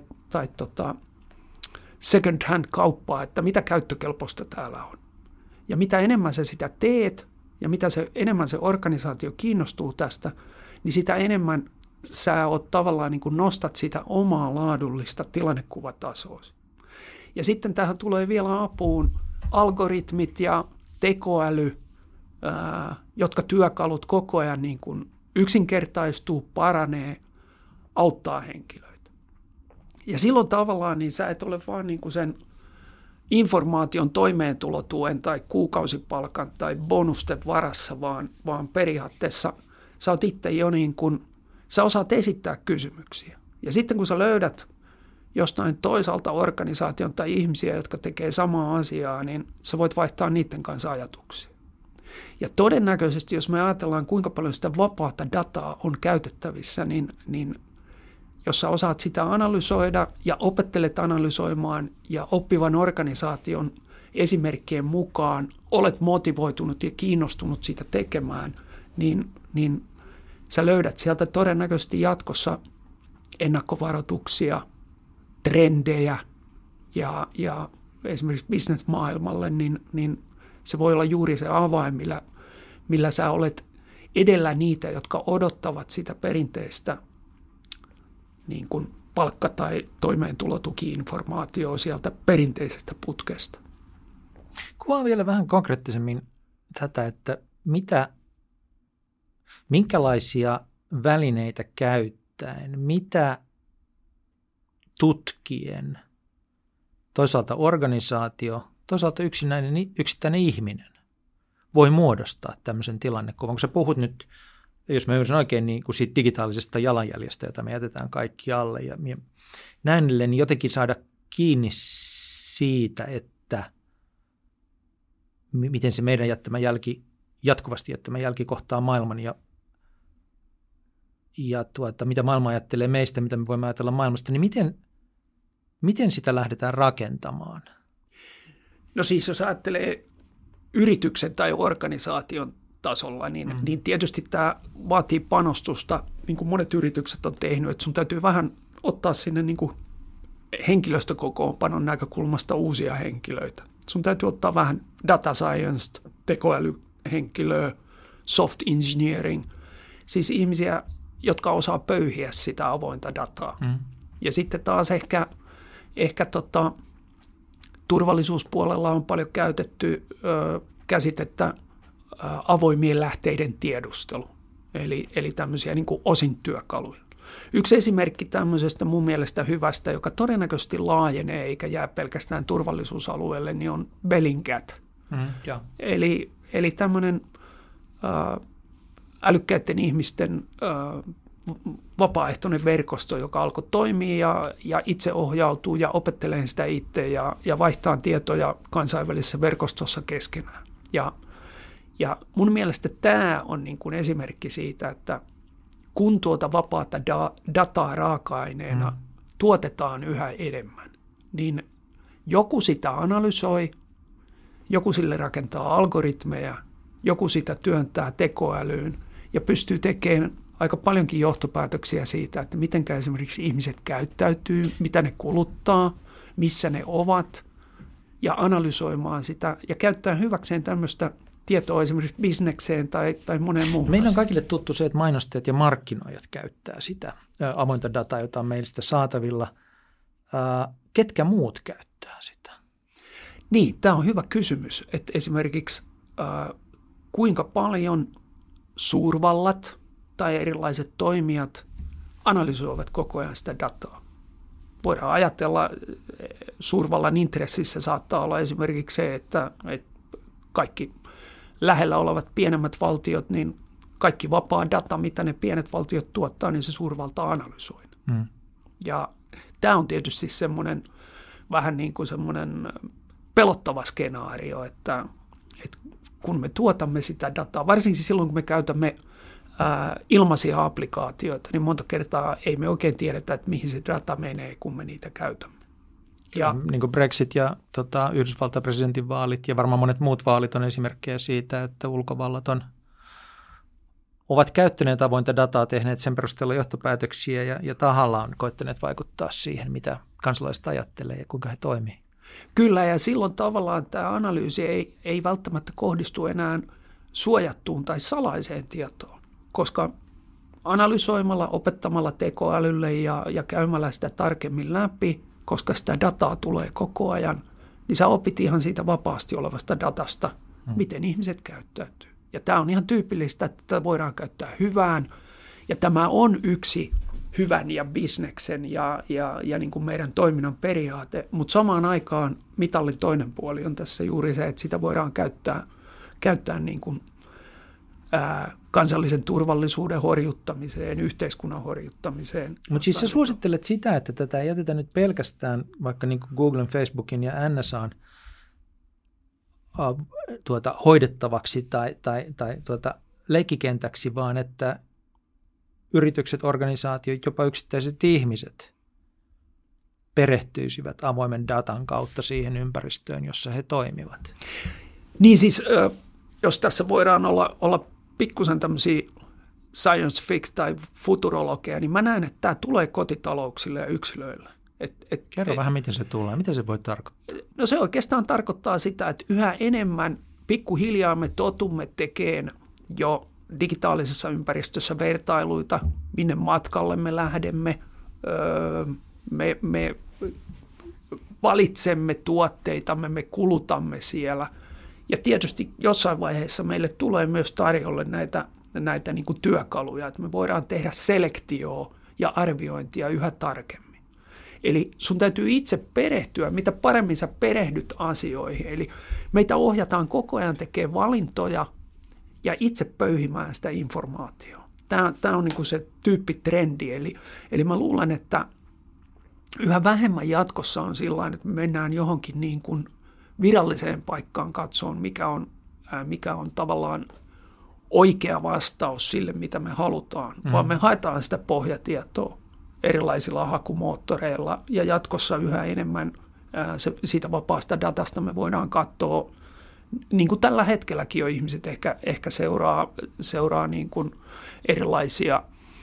second hand kauppaa, että mitä käyttökelpoista täällä on. Ja mitä enemmän sä sitä teet ja mitä enemmän se organisaatio kiinnostuu tästä, niin sitä enemmän sä oot tavallaan niin kuin nostat sitä omaa laadullista tilannekuvatasoa. Ja sitten tähän tulee vielä apuun algoritmit ja tekoäly, jotka työkalut koko ajan niin kuin yksinkertaistuu, paranee, auttaa henkilöitä. Ja silloin tavallaan niin sä et ole vaan niin kuin sen informaation toimeentulotuen tai kuukausipalkan tai bonusten varassa, vaan periaatteessa sä oot itse jo niin kuin, sä osaat esittää kysymyksiä. Ja sitten kun sä löydät jostain toisaalta organisaation tai ihmisiä, jotka tekee samaa asiaa, niin sä voit vaihtaa niiden kanssa ajatuksia. Ja todennäköisesti, jos me ajatellaan, kuinka paljon sitä vapaata dataa on käytettävissä, niin jos sä osaat sitä analysoida ja opettelet analysoimaan ja oppivan organisaation esimerkkien mukaan olet motivoitunut ja kiinnostunut siitä tekemään, niin sä löydät sieltä todennäköisesti jatkossa ennakkovaroituksia, trendejä ja esimerkiksi business-maailmalle, niin se voi olla juuri se avain, millä sä olet edellä niitä, jotka odottavat sitä perinteistä niin kuin palkka- tai toimeentulotuki-informaatiota sieltä perinteisestä putkesta. Kuvaa vielä vähän konkreettisemmin tätä, että minkälaisia välineitä käyttäen, mitä tutkien, toisaalta organisaatio, toisaalta yksittäinen ihminen voi muodostaa tämmöisen tilannekuvan. Kun sä puhut nyt, jos mä ymmärrän oikein, niin kuin siitä digitaalisesta jalanjäljestä, jota me jätetään kaikki alle, ja näin niin jotenkin saada kiinni siitä, että miten se meidän jatkuvasti jättämä jälki kohtaa maailman ja mitä maailma ajattelee meistä, mitä me voimme ajatella maailmasta, niin miten sitä lähdetään rakentamaan? No siis jos ajattelee yrityksen tai organisaation tasolla, niin tietysti tämä vaatii panostusta, niin kuin monet yritykset on tehnyt, että sun täytyy vähän ottaa sinne niin kuin henkilöstökokoonpanon näkökulmasta uusia henkilöitä. Sun täytyy ottaa vähän data science, tekoälyhenkilöä, soft engineering, siis ihmisiä, jotka osaa pöyhiä sitä avointa dataa. Ja sitten taas ehkä turvallisuuspuolella on paljon käytetty käsitettä avoimien lähteiden tiedustelu, eli tämmöisiä niin kuin osintyökaluja. Yksi esimerkki tämmöisestä mun mielestä hyvästä, joka todennäköisesti laajenee eikä jää pelkästään turvallisuusalueelle, niin on Bellingcat. Eli tämmöinen älykkäiden ihmisten vapaaehtoinen verkosto, joka alkoi toimia ja itse ohjautuu ja opettelee sitä itse ja vaihtaa tietoja kansainvälisessä verkostossa keskenään. Ja mun mielestä tämä on niin kuin esimerkki siitä, että kun tuota vapaata dataa raaka-aineena tuotetaan yhä enemmän, niin joku sitä analysoi, joku sille rakentaa algoritmeja, joku sitä työntää tekoälyyn ja pystyy tekemään aika paljonkin johtopäätöksiä siitä, että miten esimerkiksi ihmiset käyttäytyy, mitä ne kuluttaa, missä ne ovat ja analysoimaan sitä ja käyttää hyväkseen tämmöistä tietoa esimerkiksi bisnekseen tai moneen muuhun. Meillä on kaikille tuttu se, että mainostajat ja markkinoijat käyttää sitä avointa dataa, jota on meistä saatavilla. Ketkä muut käyttää sitä? Niin, tämä on hyvä kysymys, että esimerkiksi kuinka paljon suurvallat tai erilaiset toimijat analysoivat koko ajan sitä dataa. Voidaan ajatella, suurvallan intressissä saattaa olla esimerkiksi se, että kaikki lähellä olevat pienemmät valtiot, niin kaikki vapaa data, mitä ne pienet valtiot tuottaa, niin se suurvalta analysoi. Ja tämä on tietysti semmoinen vähän niin kuin semmoinen pelottava skenaario, että kun me tuotamme sitä dataa, varsinkin silloin kun me käytämme ilmaisia applikaatioita, niin monta kertaa ei me oikein tiedetä, että mihin se data menee, kun me niitä käytämme. Ja niin kuin Brexit ja Yhdysvaltain presidentin vaalit ja varmaan monet muut vaalit on esimerkkejä siitä, että ulkovallat ovat käyttäneet avointa dataa, tehneet sen perusteella johtopäätöksiä ja tahallaan koettaneet vaikuttaa siihen, mitä kansalaiset ajattelee ja kuinka he toimii. Kyllä, ja silloin tavallaan tämä analyysi ei välttämättä kohdistu enää suojattuun tai salaiseen tietoon, koska analysoimalla, opettamalla tekoälylle ja käymällä sitä tarkemmin läpi, koska sitä dataa tulee koko ajan, niin sä opit ihan siitä vapaasti olevasta datasta, miten ihmiset käyttäytyy. Ja tämä on ihan tyypillistä, että tätä voidaan käyttää hyvään, ja tämä on yksi hyvän ja bisneksen ja niin kuin meidän toiminnan periaate, mutta samaan aikaan mitallin toinen puoli on tässä juuri se, että sitä voidaan käyttää niin kuin, kansallisen turvallisuuden horjuttamiseen, yhteiskunnan horjuttamiseen. Mutta siis sä suosittelet sitä, että tätä ei jätetä nyt pelkästään vaikka niin kuin Googlen, Facebookin ja NSAn hoidettavaksi tai leikkikentäksi, vaan että yritykset, organisaatiot, jopa yksittäiset ihmiset perehtyisivät avoimen datan kautta siihen ympäristöön, jossa he toimivat. Niin siis, jos tässä voidaan olla pikkusen tämmöisiä science fiction tai futurologeja, niin mä näen, että tämä tulee kotitalouksille ja yksilöille. Kerro vähän, miten se tulee. Mitä se voi tarkoittaa? No se oikeastaan tarkoittaa sitä, että yhä enemmän pikkuhiljaa me totumme tekemään jo digitaalisessa ympäristössä vertailuita, minne matkalle me lähdemme, me valitsemme tuotteitamme, me kulutamme siellä. Ja tietysti jossain vaiheessa meille tulee myös tarjolle näitä niin kuin työkaluja, että me voidaan tehdä selektioa ja arviointia yhä tarkemmin. Eli sun täytyy itse perehtyä, mitä paremmin sä perehdyt asioihin. Eli meitä ohjataan koko ajan tekemään valintoja ja itse pöyhimään sitä informaatiota. Tämä on niin kuin se tyyppitrendi. Eli mä luulen, että yhä vähemmän jatkossa on sillain, että me mennään johonkin niin kuin viralliseen paikkaan katsomaan, mikä on tavallaan oikea vastaus sille, mitä me halutaan, vaan me haetaan sitä pohjatietoa erilaisilla hakumoottoreilla ja jatkossa yhä enemmän siitä vapaasta datasta me voidaan katsoa, niin kuin tällä hetkelläkin jo ihmiset ehkä seuraa niin kuin erilaisia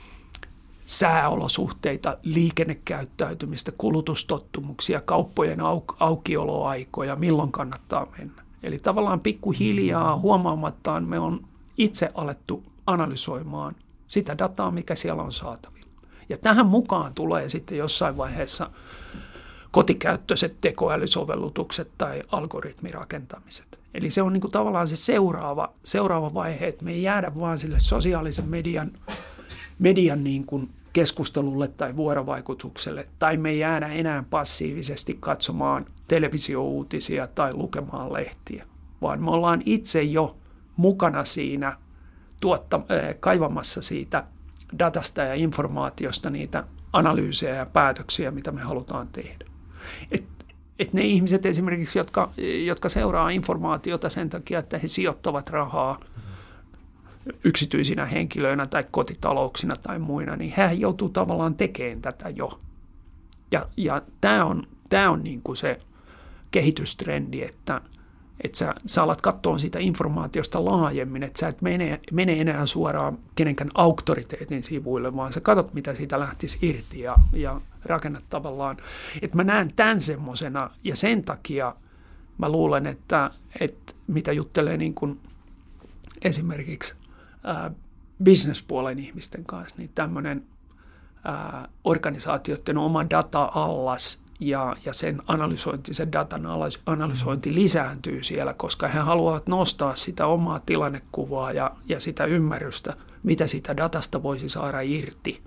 sääolosuhteita, liikennekäyttäytymistä, kulutustottumuksia, kauppojen aukioloaikoja, milloin kannattaa mennä. Eli tavallaan pikkuhiljaa huomaamattaan me on itse alettu analysoimaan sitä dataa, mikä siellä on saatavilla. Ja tähän mukaan tulee sitten jossain vaiheessa kotikäyttöiset tekoälysovellutukset tai algoritmirakentamiset. Eli se on niin kuin tavallaan se seuraava vaihe, että me ei jäädä vaan sille sosiaalisen median niin kuin keskustelulle tai vuorovaikutukselle, tai me ei jäädä enää passiivisesti katsomaan televisiouutisia tai lukemaan lehtiä, vaan me ollaan itse jo mukana siinä kaivamassa siitä datasta ja informaatiosta niitä analyysejä ja päätöksiä, mitä me halutaan tehdä. Et ne ihmiset esimerkiksi, jotka seuraa informaatiota sen takia, että he sijoittavat rahaa yksityisinä henkilöinä tai kotitalouksina tai muina, niin hän joutuu tavallaan tekemään tätä jo. Ja tämä on niin kuin se kehitystrendi, että sä alat katsoa siitä informaatiosta laajemmin, että sä et mene enää suoraan kenenkään auktoriteetin sivuille, vaan sä katsot, mitä siitä lähtisi irti ja rakennat tavallaan. Että mä näen tämän semmosena, ja sen takia mä luulen, että mitä juttelee niin kuin esimerkiksi businesspuolen ihmisten kanssa, niin tämmöinen organisaatioiden oma data-allas ja sen analysointi, sen datan analysointi lisääntyy siellä, koska he haluavat nostaa sitä omaa tilannekuvaa ja sitä ymmärrystä, mitä sitä datasta voisi saada irti.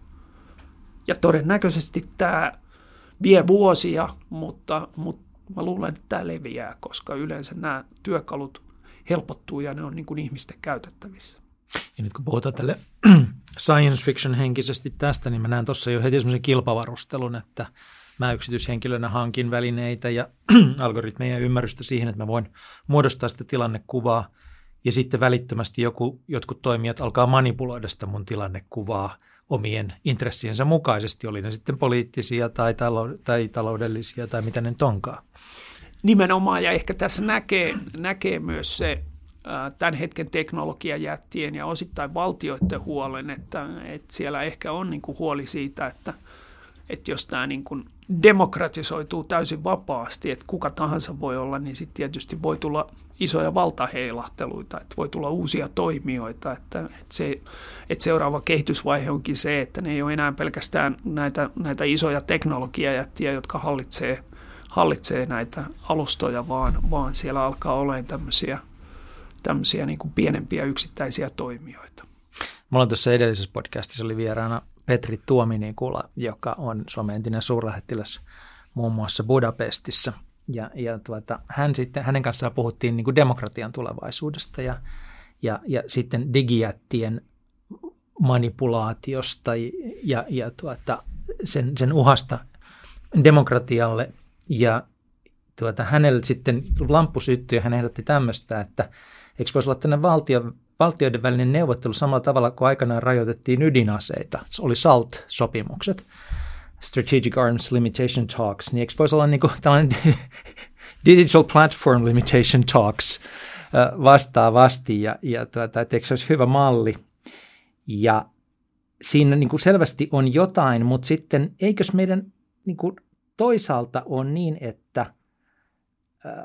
Ja todennäköisesti tämä vie vuosia, mutta mä luulen, että tämä leviää, koska yleensä nämä työkalut helpottuu ja ne on niin kuin ihmisten käytettävissä. Ja nyt kun puhutaan tälle science fiction henkisesti tästä, niin mä näen tuossa jo heti semmoisen kilpavarustelun, että mä yksityishenkilönä hankin välineitä ja algoritmeja ja ymmärrystä siihen, että mä voin muodostaa sitä tilannekuvaa ja sitten välittömästi jotkut toimijat alkaa manipuloida sitä mun tilannekuvaa omien intressiensä mukaisesti, oli ne sitten poliittisia tai taloudellisia tai mitä ne nyt onkaan. Nimenomaan, ja ehkä tässä näkee myös se tämän hetken teknologiajättien ja osittain valtioiden huolen, että siellä ehkä on niin kuin huoli siitä, että jos tämä niin kuin demokratisoituu täysin vapaasti, että kuka tahansa voi olla, niin sitten tietysti voi tulla isoja valtaheilahteluita, että voi tulla uusia toimijoita, että seuraava kehitysvaihe onkin se, että ne ei ole enää pelkästään näitä isoja teknologiajättiä, jotka hallitsee näitä alustoja, vaan siellä alkaa olemaan tämmöisiä niin kuin pienempiä yksittäisiä toimijoita. Mulla on tuossa edellisessä podcastissa oli vieraana Petri Tuominikula, joka on Suomen entinen suurlähettiläs muun muassa Budapestissa. Ja hänen kanssaan puhuttiin niin kuin demokratian tulevaisuudesta ja sitten digijättien manipulaatiosta ja sen uhasta demokratialle. Ja hänellä sitten lamppu syttyi ja hän ehdotti tämmöistä, että eikö voisi olla tämmöinen valtioiden välinen neuvottelu samalla tavalla kuin aikanaan rajoitettiin ydinaseita. Se oli SALT-sopimukset, Strategic Arms Limitation Talks, niin eikö voisi olla niin kuin tällainen Digital Platform Limitation Talks vastaavasti, ja eikö se olisi hyvä malli. Ja siinä niin kuin selvästi on jotain, mutta sitten eikös meidän niin kuin toisaalta on niin, että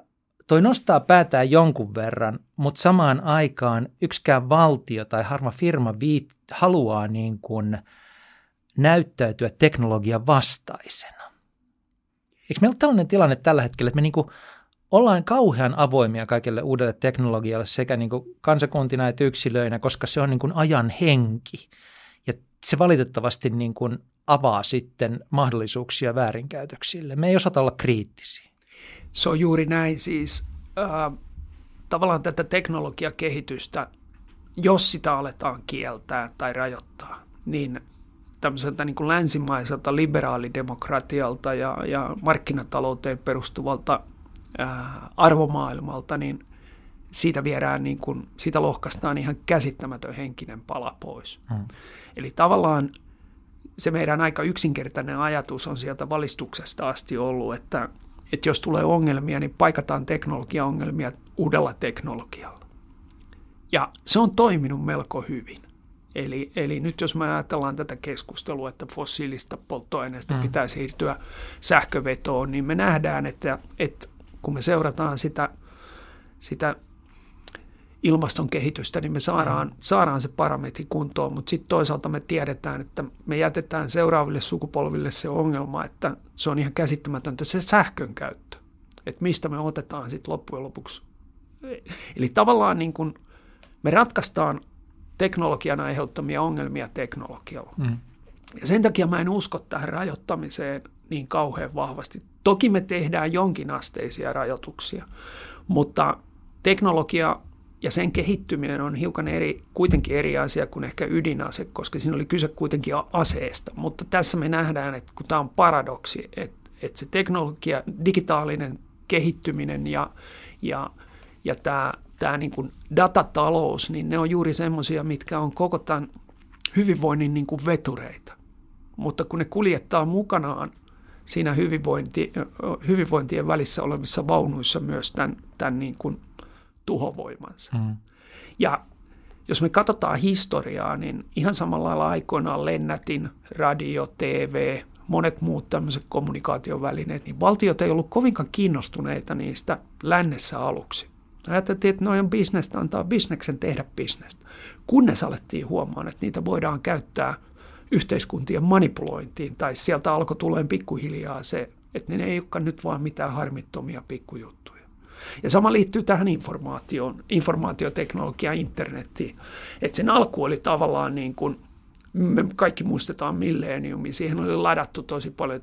toi nostaa päätään jonkun verran, mutta samaan aikaan yksikään valtio tai harva firma haluaa niin kuin näyttäytyä teknologian vastaisena. Eikö meillä ole tällainen tilanne tällä hetkellä, että me niin kuin ollaan kauhean avoimia kaikille uudelle teknologialle sekä niin kuin kansakuntina että yksilöinä, koska se on niin kuin ajan henki. Ja se valitettavasti niin kuin avaa sitten mahdollisuuksia väärinkäytöksille. Me ei osata olla kriittisiä. Se on juuri näin siis. Tavallaan tätä teknologiakehitystä, jos sitä aletaan kieltää tai rajoittaa, niin tämmöiseltä niin kuin länsimaiselta liberaalidemokratialta ja markkinatalouteen perustuvalta arvomaailmalta, niin siitä viedään niin kuin, siitä lohkaistaan ihan käsittämätön henkinen pala pois. Eli tavallaan se meidän aika yksinkertainen ajatus on sieltä valistuksesta asti ollut, että jos tulee ongelmia, niin paikataan teknologiaongelmia uudella teknologialla. Ja se on toiminut melko hyvin. Eli nyt jos me ajatellaan tätä keskustelua, että fossiilista polttoaineesta pitää siirtyä sähkövetoon, niin me nähdään, että kun me seurataan sitä ilmaston kehitystä, niin me saadaan se parametri kuntoon, mutta sitten toisaalta me tiedetään, että me jätetään seuraaville sukupolville se ongelma, että se on ihan käsittämätöntä se sähkön käyttö, että mistä me otetaan sitten loppujen lopuksi. Eli tavallaan niin kun me ratkaistaan teknologian aiheuttamia ongelmia teknologialla. Ja sen takia mä en usko tähän rajoittamiseen niin kauhean vahvasti. Toki me tehdään jonkinasteisia rajoituksia, mutta teknologia ja sen kehittyminen on hiukan kuitenkin eri asia kuin ehkä ydinase, koska siinä oli kyse kuitenkin aseesta. Mutta tässä me nähdään, että kun tämä on paradoksi, että se teknologia, digitaalinen kehittyminen ja tämä niin kuin datatalous, niin ne on juuri semmoisia, mitkä on koko tämän hyvinvoinnin niin kuin vetureita. Mutta kun ne kuljettaa mukanaan siinä hyvinvointien välissä olevissa vaunuissa myös tämän niin kuin tuhovoimansa. Ja jos me katsotaan historiaa, niin ihan samalla lailla aikoinaan lennätin, radio, TV, monet muut tämmöiset kommunikaatiovälineet, niin valtiot ei ollut kovinkaan kiinnostuneita niistä lännessä aluksi. Ajateltiin, että noin on bisnestä, antaa bisneksen tehdä bisnestä. Kunnes alettiin huomaan, että niitä voidaan käyttää yhteiskuntien manipulointiin, tai sieltä alkoi tulemaan pikkuhiljaa se, että ne ei olekaan nyt vaan mitään harmittomia pikkujuttuja. Ja sama liittyy tähän informaatioteknologiaan, internettiin. Että sen alku oli tavallaan niin kuin, me kaikki muistetaan millenniumi, siihen oli ladattu tosi paljon,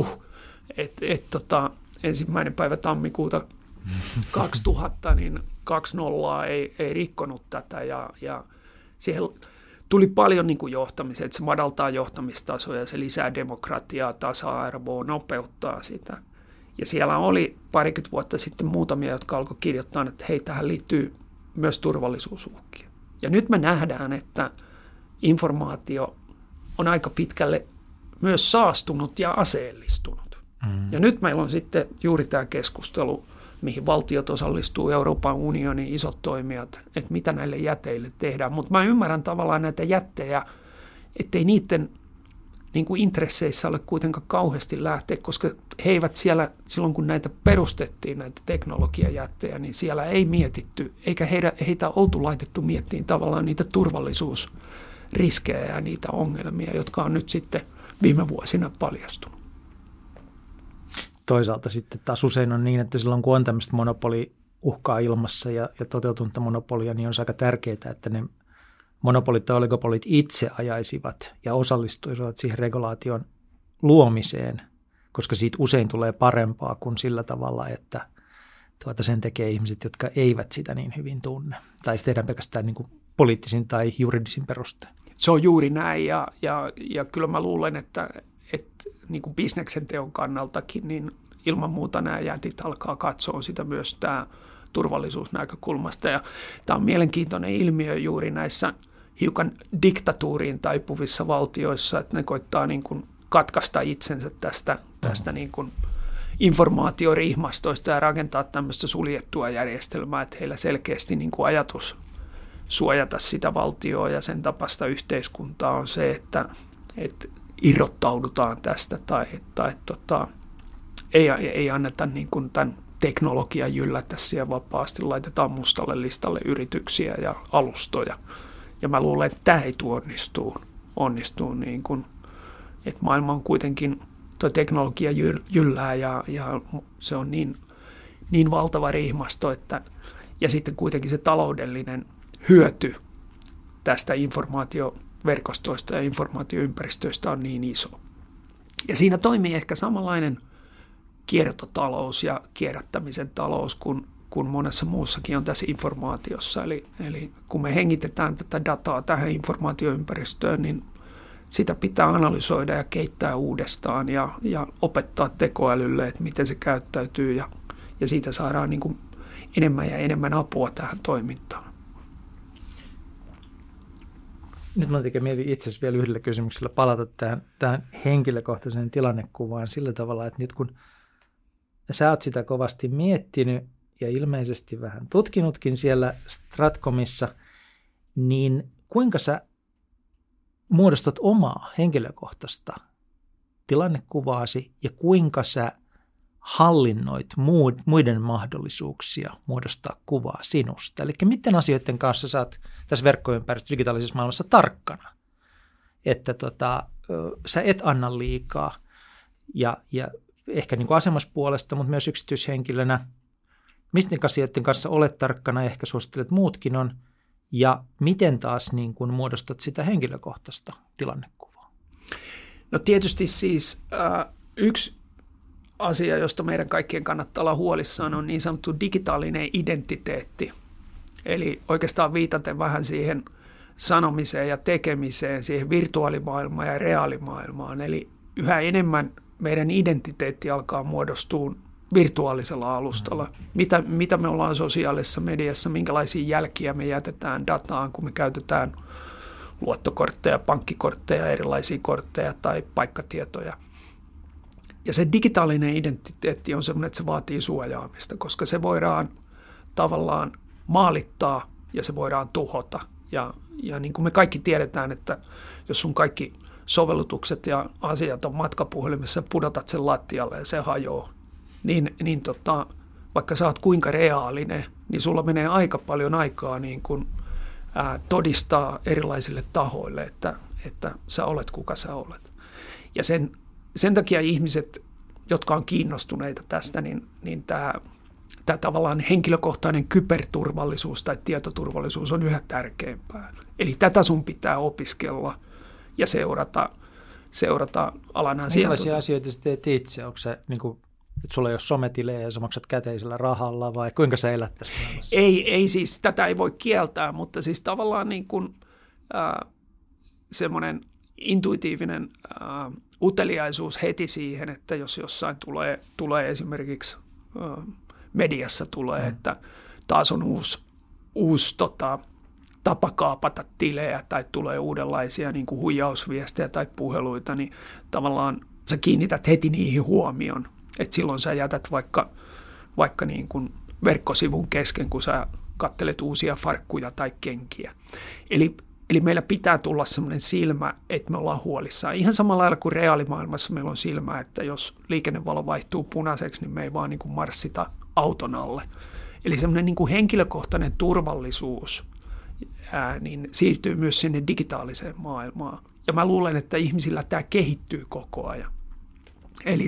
että 1. päivä tammikuuta 2000, niin 2.0 ei rikkonut tätä ja siihen tuli paljon niin kuin johtamista, että se madaltaa johtamistasoja, se lisää demokratiaa, tasa-arvoa, nopeuttaa sitä. Ja siellä oli parikymmentä vuotta sitten muutamia, jotka alkoi kirjoittaa, että hei, tähän liittyy myös turvallisuusuhkia. Ja nyt me nähdään, että informaatio on aika pitkälle myös saastunut ja aseellistunut. Ja nyt meillä on sitten juuri tämä keskustelu, mihin valtiot osallistuu, Euroopan unionin isot toimijat, että mitä näille jäteille tehdään. Mutta mä ymmärrän tavallaan näitä jättejä, ettei niiden niin kuin intresseissä ole kuitenkaan kauheasti lähteä, koska he eivät siellä, silloin kun näitä perustettiin, näitä teknologiajättejä, niin siellä ei mietitty, eikä heitä oltu laitettu miettiin tavallaan niitä turvallisuusriskejä ja niitä ongelmia, jotka on nyt sitten viime vuosina paljastunut. Toisaalta sitten taas usein on niin, että silloin kun on tämmöistä monopoliuhkaa ilmassa ja toteutunutta monopolia, niin on aika tärkeää, että ne monopolit tai oligopolit itse ajaisivat ja osallistuisivat siihen regulaation luomiseen, koska siitä usein tulee parempaa kuin sillä tavalla, että sen tekee ihmiset, jotka eivät sitä niin hyvin tunne. Tai se tehdään pelkästään niin kuin poliittisin tai juridisin perustein. Se on juuri näin ja kyllä mä luulen, että niin kuin bisneksen teon kannaltakin, niin ilman muuta nämä jätit alkaa katsoa sitä myös tämä turvallisuusnäkökulmasta. Ja tämä on mielenkiintoinen ilmiö juuri näissä hiukan diktatuuriin taipuvissa valtioissa, että ne koittaa niin kuin katkaista itsensä tästä niin kuin informaatiorihmastoista ja rakentaa tämmöistä suljettua järjestelmää, että heillä selkeästi niin kuin ajatus suojata sitä valtioa ja sen tapaista yhteiskuntaa on se, että irrottaudutaan tästä tai ei anneta niin kuin tämän teknologia jyllätä siellä vapaasti, laitetaan mustalle listalle yrityksiä ja alustoja. Ja mä luulen, että tämä ei onnistuu niin kuin, että maailma on kuitenkin, tuo teknologia jyllää ja se on niin valtava rihmasto, että ja sitten kuitenkin se taloudellinen hyöty tästä informaatioverkostoista ja informaatioympäristöistä on niin iso. Ja siinä toimii ehkä samanlainen kiertotalous ja kierrättämisen talous kuin monessa muussakin on tässä informaatiossa. Eli kun me hengitetään tätä dataa tähän informaatioympäristöön, niin sitä pitää analysoida ja keittää uudestaan ja opettaa tekoälylle, että miten se käyttäytyy ja siitä saadaan niin kuin enemmän ja enemmän apua tähän toimintaan. Nyt mä tekee mieli itse asiassa vielä yhdellä kysymyksellä palata tähän henkilökohtaiseen tilannekuvaan sillä tavalla, että nyt kun sä oot sitä kovasti miettinyt ja ilmeisesti vähän tutkinutkin siellä Stratcomissa, niin kuinka sä muodostat omaa henkilökohtaista tilannekuvaasi ja kuinka sä hallinnoit muiden mahdollisuuksia muodostaa kuvaa sinusta? Eli miten asioiden kanssa sä oot tässä verkkoympäristössä digitaalisessa maailmassa tarkkana, että sä et anna liikaa ja ehkä niin kuin asemaspuolesta, mutta myös yksityishenkilönä, miten asioiden kanssa olet tarkkana ja ehkä suosittelet muutkin on, ja miten taas niin kuin muodostat sitä henkilökohtaista tilannekuvaa? No tietysti siis yksi asia, josta meidän kaikkien kannattaa olla huolissaan, on niin sanottu digitaalinen identiteetti. Eli oikeastaan viitaten vähän siihen sanomiseen ja tekemiseen, siihen virtuaalimaailmaan ja reaalimaailmaan. Eli yhä enemmän meidän identiteetti alkaa muodostua virtuaalisella alustalla. Mitä me ollaan sosiaalisessa mediassa, minkälaisia jälkiä me jätetään dataan, kun me käytetään luottokortteja, pankkikortteja, erilaisia kortteja tai paikkatietoja. Ja se digitaalinen identiteetti on sellainen, että se vaatii suojaamista, koska se voidaan tavallaan maalittaa ja se voidaan tuhota. Ja niin kuin me kaikki tiedetään, että jos sun kaikki sovellutukset ja asiat on matkapuhelimessa, pudotat sen lattialle ja se hajoaa, niin vaikka sä oot kuinka reaalinen, niin sulla menee aika paljon aikaa niin kuin, todistaa erilaisille tahoille, että sä olet kuka sä olet. Ja sen takia ihmiset, jotka on kiinnostuneita tästä, niin tämä tavallaan henkilökohtainen kyberturvallisuus tai tietoturvallisuus on yhä tärkeämpää. Eli tätä sun pitää opiskella ja seurata alan asiantuntijoita. Millaisia asioita sä teet itse? Onko se, niin kuin, että sulla ei ole sometilejä ja sä maksat käteisellä rahalla vai kuinka sä elät tässä maailmassa? Ei siis, tätä ei voi kieltää, mutta siis tavallaan niin kuin, semmoinen intuitiivinen uteliaisuus heti siihen, että jos jossain tulee esimerkiksi mediassa että taas on uusi tapa kaapata tilejä tai tulee uudenlaisia niin kuin huijausviestejä tai puheluita, niin tavallaan sä kiinnität heti niihin huomion. Että silloin sä jätät vaikka niin kuin verkkosivun kesken, kun sä katselet uusia farkkuja tai kenkiä. Eli meillä pitää tulla sellainen silmä, että me ollaan huolissaan. Ihan samalla lailla kuin reaalimaailmassa meillä on silmä, että jos liikennevalo vaihtuu punaiseksi, niin me ei vaan niin kuin marssita auton alle. Eli semmoinen niin kuin henkilökohtainen turvallisuus niin siirtyy myös sinne digitaaliseen maailmaan. Ja mä luulen, että ihmisillä tämä kehittyy koko ajan. Eli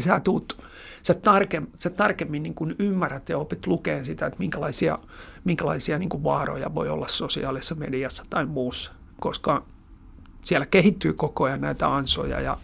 sä tarkemmin niin kuin ymmärrät ja opit lukeen sitä, että minkälaisia niin kuin vaaroja voi olla sosiaalisessa mediassa tai muussa, koska siellä kehittyy koko ajan näitä ansoja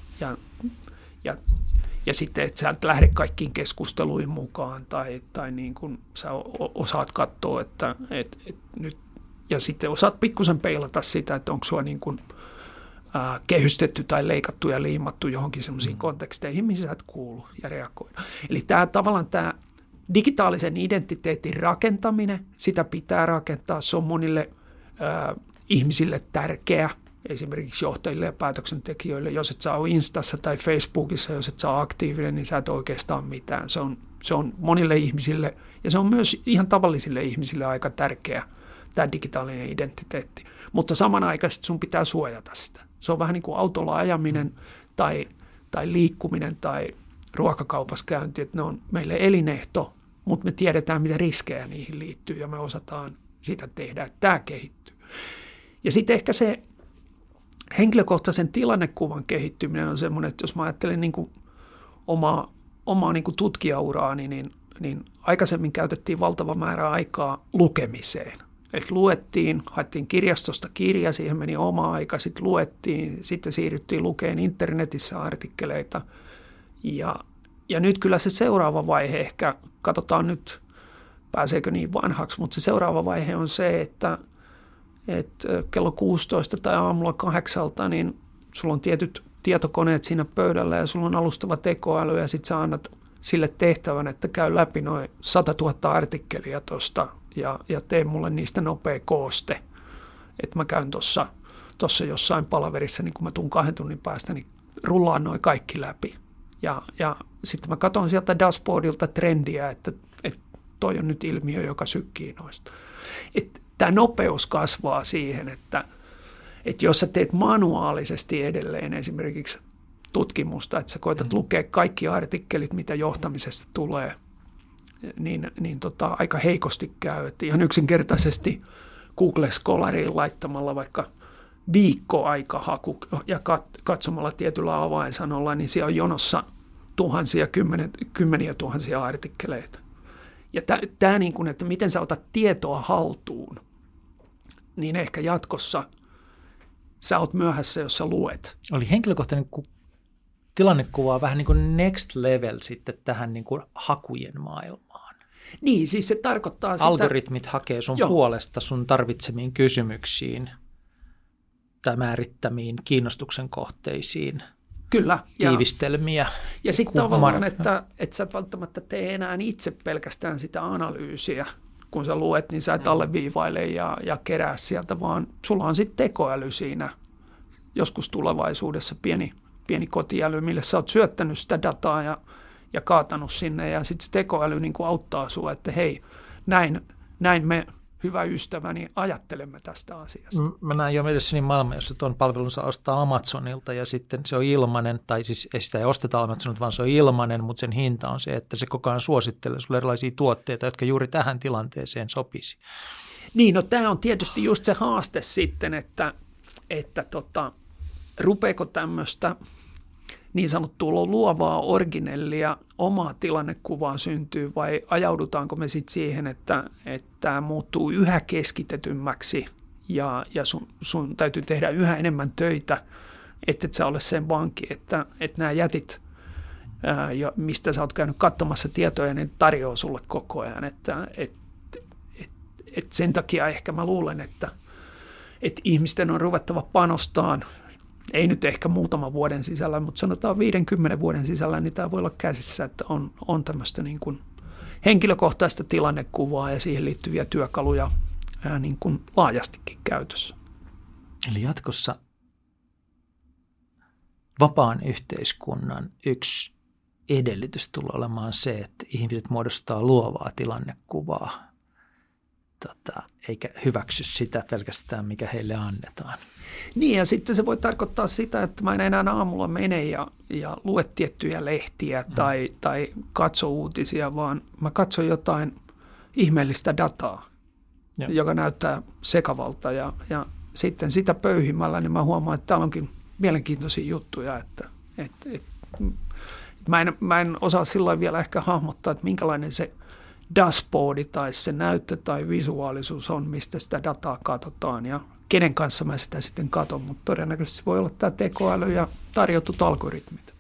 ja sitten, että sä et lähde kaikkiin keskusteluihin mukaan tai niin kuin sä osaat katsoa, että nyt, ja sitten osaat pikkusen peilata sitä, että onko sua niin kuin kehystetty tai leikattu ja liimattu johonkin sellaisiin konteksteihin, mihin sä et kuulu ja reagoida. Eli tavallaan tämä digitaalisen identiteetin rakentaminen, sitä pitää rakentaa, se on monille ihmisille tärkeä, esimerkiksi johtajille ja päätöksentekijöille. Jos et sä ole Instassa tai Facebookissa, jos et sä ole aktiivinen, niin sä et oikeastaan mitään. Se on monille ihmisille ja se on myös ihan tavallisille ihmisille aika tärkeä, tämä digitaalinen identiteetti. Mutta samanaikaisesti sun pitää suojata sitä. Se on vähän niin kuin autolla ajaminen tai liikkuminen tai ruokakaupassa käynti, että ne on meille elinehto mutta me tiedetään, mitä riskejä niihin liittyy ja me osataan sitä tehdä, että tämä kehittyy. Ja sitten ehkä se henkilökohtaisen tilannekuvan kehittyminen on semmoinen, että jos mä ajattelen niin kuin omaa niin kuin tutkijauraani, niin aikaisemmin käytettiin valtava määrä aikaa lukemiseen. Että luettiin, haettiin kirjastosta kirja, siihen meni oma aika, sitten luettiin, sitten siirryttiin lukeen internetissä artikkeleita. Ja nyt kyllä se seuraava vaihe, ehkä katsotaan nyt, pääseekö niin vanhaksi, mutta se seuraava vaihe on se, että kello 16 tai aamulla 8, niin sulla on tietyt tietokoneet siinä pöydällä ja sulla on alustava tekoäly ja sitten sä annat sille tehtävän, että käy läpi noin 100 000 artikkelia tuosta ja tee mulle niistä nopea kooste. Että mä käyn tuossa jossain palaverissa, niin kun mä tuun 2 tunnin päästä, niin rullaan noin kaikki läpi. Ja sitten mä katson sieltä dashboardilta trendiä, että toi on nyt ilmiö, joka sykkii noista. Tämä nopeus kasvaa siihen, että jos sä teet manuaalisesti edelleen esimerkiksi tutkimusta, että sä koetat lukea kaikki artikkelit, mitä johtamisesta tulee, niin aika heikosti käy. Että ihan yksinkertaisesti Google Scholariin laittamalla vaikka viikkoaikahaku ja katsomalla tietyllä avainsanolla, niin siellä on jonossa kymmeniä tuhansia artikkeleita. Ja tämä niin kuin, että miten sä otat tietoa haltuun, niin ehkä jatkossa sä oot myöhässä, jos sä luet. Oli henkilökohtainen tilannekuva vähän niin kuin next level sitten tähän niin kuin hakujen maailmaan. Niin, siis se tarkoittaa sitä. Algoritmit hakee sun puolesta sun tarvitsemiin kysymyksiin tai määrittämiin kiinnostuksen kohteisiin. Kyllä. Tiivistelmiä. Ja sitten tavallaan, että sä et välttämättä tee enää itse pelkästään sitä analyysiä. Kun sä luet, niin sä et alleviivaile ja kerää sieltä, vaan sulla on sitten tekoäly siinä joskus tulevaisuudessa pieni kotiäly, mille sä oot syöttänyt sitä dataa ja kaatanut sinne. Ja sitten se tekoäly niin kuin auttaa sua, että hei, näin me, hyvä ystäväni, ajattelemme tästä asiasta. Mä näen jo mielessäni maailman, jossa tuon palvelunsa ostaa Amazonilta ja sitten se on ilmainen, tai siis sitä ei osteta Amazonilta, vaan se on ilmainen, mutta sen hinta on se, että se koko ajan suosittelee sulle erilaisia tuotteita, jotka juuri tähän tilanteeseen sopisi. Niin, no tämä on tietysti just se haaste sitten, että rupeeko tämmöistä niin sanottua luovaa originellia omaa tilannekuvaa syntyy vai ajaudutaanko me sitten siihen, että tämä muuttuu yhä keskitetymmäksi ja sun täytyy tehdä yhä enemmän töitä, että et sä ole sen vanki, että nämä jätit, mistä sä oot käynyt katsomassa tietoja, ne tarjoaa sulle koko ajan. Että sen takia ehkä mä luulen, että ihmisten on ruvettava panostamaan. Ei nyt ehkä muutaman vuoden sisällä, mutta sanotaan 50 vuoden sisällä, niin tämä voi olla käsissä, että on tämmöistä niin kuin henkilökohtaista tilannekuvaa ja siihen liittyviä työkaluja niin kuin laajastikin käytössä. Eli jatkossa vapaan yhteiskunnan yksi edellytys tulee olemaan se, että ihmiset muodostaa luovaa tilannekuvaa, eikä hyväksy sitä pelkästään, mikä heille annetaan. Niin, ja sitten se voi tarkoittaa sitä, että mä en enää aamulla mene ja lue tiettyjä lehtiä tai katso uutisia, vaan mä katson jotain ihmeellistä dataa, joka näyttää sekavalta. Ja sitten sitä pöyhimällä, niin mä huomaan, että täällä onkin mielenkiintoisia juttuja, että mä en osaa silloin vielä ehkä hahmottaa, että minkälainen se dashboardi tai se näyttö tai visuaalisuus on, mistä sitä dataa katsotaan ja kenen kanssa mä sitä sitten katon, mutta todennäköisesti voi olla tämä tekoäly ja tarjotut algoritmit.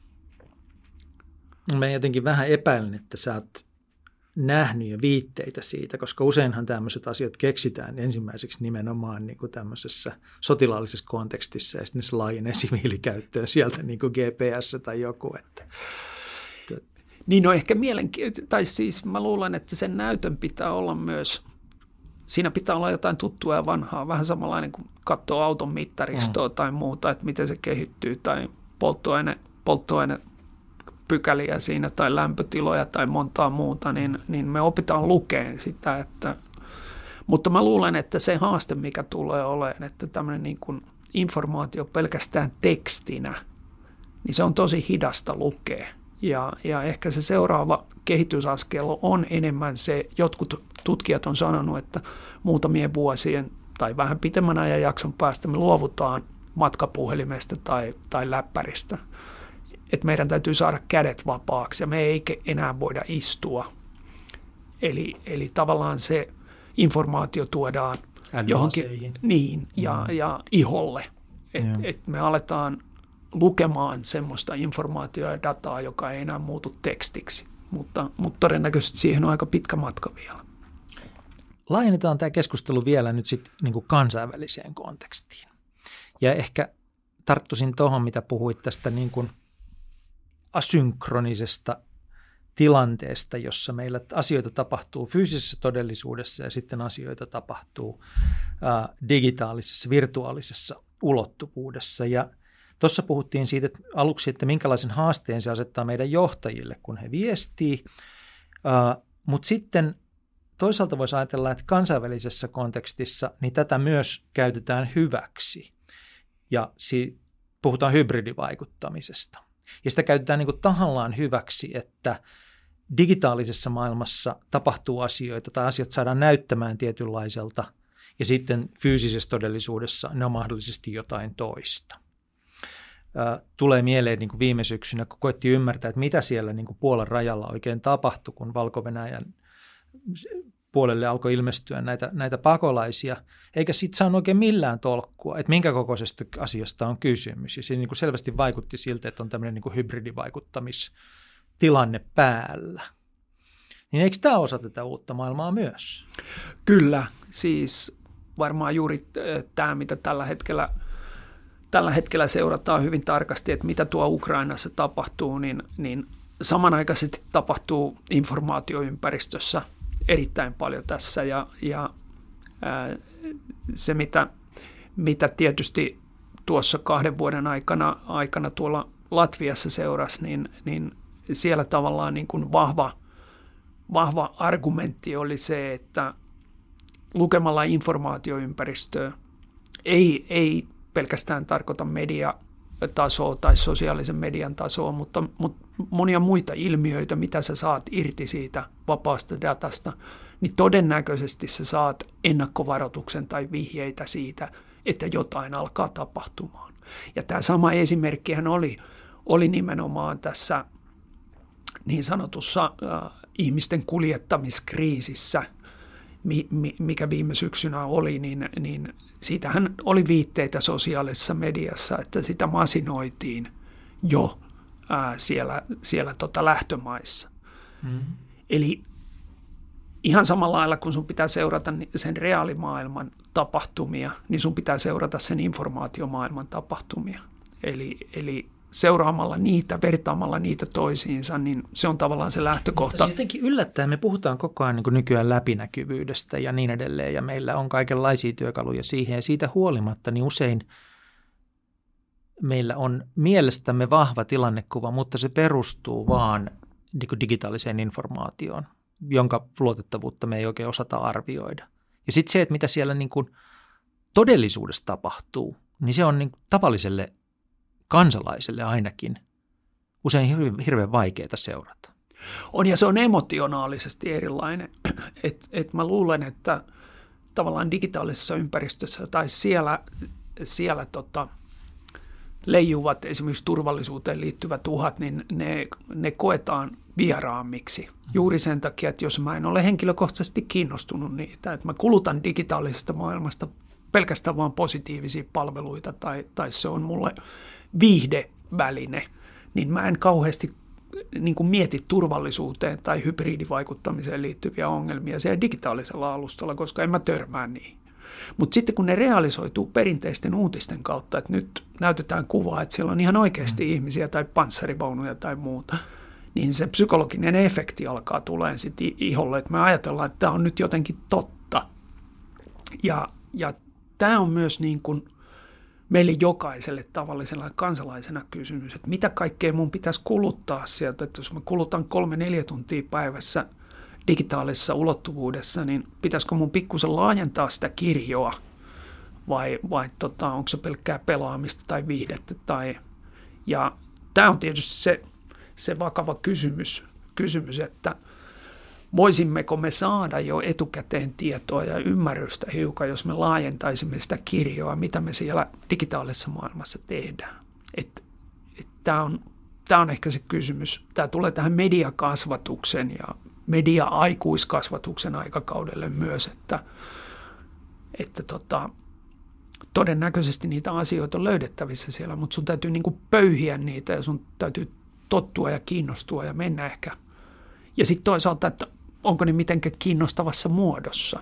Mä jotenkin vähän epäilen, että sä oot nähnyt jo viitteitä siitä, koska useinhan tämmöiset asiat keksitään ensimmäiseksi nimenomaan niin kuin tämmöisessä sotilaallisessa kontekstissa ja sitten se laajenee siviilikäyttöön sieltä niin kuin GPS tai joku. Niin no ehkä mielenkiintoista, tai siis mä luulen, että sen näytön pitää olla myös, siinä pitää olla jotain tuttua ja vanhaa, vähän samanlainen kuin katsoo auton mittaristoa tai muuta, että miten se kehittyy tai polttoainepykäliä siinä tai lämpötiloja tai montaa muuta, niin me opitaan lukeen sitä, mutta mä luulen, että se haaste, mikä tulee olemaan, että tämmöinen niin kuin informaatio pelkästään tekstinä, niin se on tosi hidasta lukea. Ja ehkä se seuraava kehitysaskel on enemmän se, jotkut tutkijat on sanonut, että muutamien vuosien tai vähän pitemmän ajan jakson päästä me luovutaan matkapuhelimesta tai läppäristä. Että meidän täytyy saada kädet vapaaksi ja me ei enää voida istua. Eli tavallaan se informaatio tuodaan johonkin ja iholle. Et me aletaan lukemaan semmoista informaatiota ja dataa, joka ei enää muutu tekstiksi. Mutta todennäköisesti siihen on aika pitkä matka vielä. Laajennetaan tämä keskustelu vielä nyt sitten niin kuin kansainväliseen kontekstiin. Ja ehkä tarttuisin tuohon, mitä puhuit tästä niin kuin asynkronisesta tilanteesta, jossa meillä asioita tapahtuu fyysisessä todellisuudessa ja sitten asioita tapahtuu digitaalisessa, virtuaalisessa ulottuvuudessa. Ja tuossa puhuttiin siitä aluksi, että minkälaisen haasteen se asettaa meidän johtajille, kun he viestii, mutta sitten toisaalta voisi ajatella, että kansainvälisessä kontekstissa niin tätä myös käytetään hyväksi ja puhutaan hybridivaikuttamisesta. Ja sitä käytetään niin kuin tahallaan hyväksi, että digitaalisessa maailmassa tapahtuu asioita tai asiat saadaan näyttämään tietynlaiselta ja sitten fyysisessä todellisuudessa ne on mahdollisesti jotain toista. Tulee mieleen niin kuin viime syksynä, kun koitti ymmärtää, että mitä siellä niin kuin Puolan rajalla oikein tapahtui, kun Valko-Venäjän puolelle alkoi ilmestyä näitä pakolaisia, eikä siitä saanut oikein millään tolkkua, että minkä kokoisesta asiasta on kysymys. Ja se niin kuin selvästi vaikutti siltä, että on tämmöinen niin kuin hybridivaikuttamistilanne päällä. Niin eikö tämä osa tätä uutta maailmaa myös? Kyllä, siis varmaan juuri tämä, mitä tällä hetkellä seurataan hyvin tarkasti, että mitä tuo Ukrainassa tapahtuu, niin samanaikaisesti tapahtuu informaatioympäristössä erittäin paljon tässä ja se, mitä tietysti tuossa 2 vuoden aikana tuolla Latviassa seurasi, niin siellä tavallaan niin kuin vahva argumentti oli se, että lukemalla informaatioympäristöä ei pelkästään tarkoita mediatasoa tai sosiaalisen median tasoa, mutta monia muita ilmiöitä, mitä sä saat irti siitä vapaasta datasta, niin todennäköisesti sä saat ennakkovaroituksen tai vihjeitä siitä, että jotain alkaa tapahtumaan. Ja tämä sama esimerkkihän oli nimenomaan tässä niin sanotussa ihmisten kuljettamiskriisissä, mikä viime syksynä oli, niin siitähän oli viitteitä sosiaalisessa mediassa, että sitä masinoitiin jo siellä lähtömaissa. Eli ihan samalla lailla, kun sun pitää seurata sen reaalimaailman tapahtumia, niin sun pitää seurata sen informaatiomaailman tapahtumia. Eli seuraamalla niitä, vertaamalla niitä toisiinsa, niin se on tavallaan se lähtökohta. Mutta jotenkin yllättäen me puhutaan koko ajan niin kuin nykyään läpinäkyvyydestä ja niin edelleen, ja meillä on kaikenlaisia työkaluja siihen, ja siitä huolimatta niin usein meillä on mielestämme vahva tilannekuva, mutta se perustuu vaan niin kuin digitaaliseen informaatioon, jonka luotettavuutta me ei oikein osata arvioida. Ja sitten se, että mitä siellä niin kuin todellisuudessa tapahtuu, niin se on niin kuin tavalliselle kansalaiselle ainakin usein hirveän vaikeaa seurata. On, ja se on emotionaalisesti erilainen. Mä luulen, että tavallaan digitaalisessa ympäristössä tai siellä leijuvat esimerkiksi turvallisuuteen liittyvät uhat, niin ne koetaan vieraammiksi. Juuri sen takia, että jos mä en ole henkilökohtaisesti kiinnostunut niitä, että mä kulutan digitaalisesta maailmasta pelkästään vain positiivisia palveluita tai se on mulle viihdeväline, niin mä en kauheasti niin kuin mieti turvallisuuteen tai hybridivaikuttamiseen liittyviä ongelmia siellä digitaalisella alustalla, koska en mä törmää niihin. Mutta sitten kun ne realisoituu perinteisten uutisten kautta, että nyt näytetään kuvaa, että siellä on ihan oikeasti ihmisiä tai panssarivaunuja tai muuta, niin se psykologinen efekti alkaa tulemaan sitten iholle, että me ajatellaan, että tämä on nyt jotenkin totta. Ja tämä on myös niin kuin meille jokaiselle tavallisella kansalaisena kysymys, että mitä kaikkea mun pitäisi kuluttaa sieltä, että jos mä kulutan 3-4 tuntia päivässä digitaalisessa ulottuvuudessa, niin pitäisikö mun pikkusen laajentaa sitä kirjoa vai onko se pelkkää pelaamista tai viihdettä. Ja tämä on tietysti se vakava kysymys, että voisimmeko me saada jo etukäteen tietoa ja ymmärrystä hiukan, jos me laajentaisimme sitä kirjoa, mitä me siellä digitaalisessa maailmassa tehdään. Tämä on ehkä se kysymys. Tämä tulee tähän mediakasvatuksen ja media-aikuiskasvatuksen aikakaudelle myös, että todennäköisesti niitä asioita on löydettävissä siellä, mutta sun täytyy niin kuin pöyhiä niitä ja sun täytyy tottua ja kiinnostua ja mennä ehkä. Ja sitten toisaalta, että onko ne mitenkään kiinnostavassa muodossa,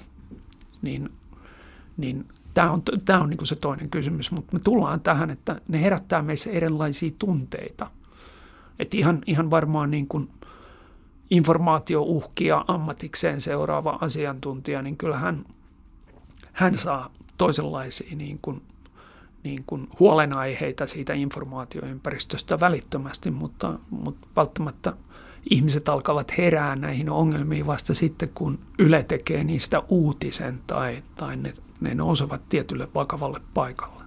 niin tämä on niin kuin se toinen kysymys, mutta me tullaan tähän, että ne herättää meissä erilaisia tunteita. Että ihan varmaan niin kuin informaatiouhkia ammatikseen seuraava asiantuntija, niin kyllä hän saa toisenlaisia niin kuin huolenaiheita siitä informaatioympäristöstä välittömästi, mutta välttämättä ihmiset alkavat herää näihin ongelmiin vasta sitten, kun Yle tekee niistä uutisen tai ne nousevat tietylle vakavalle paikalle.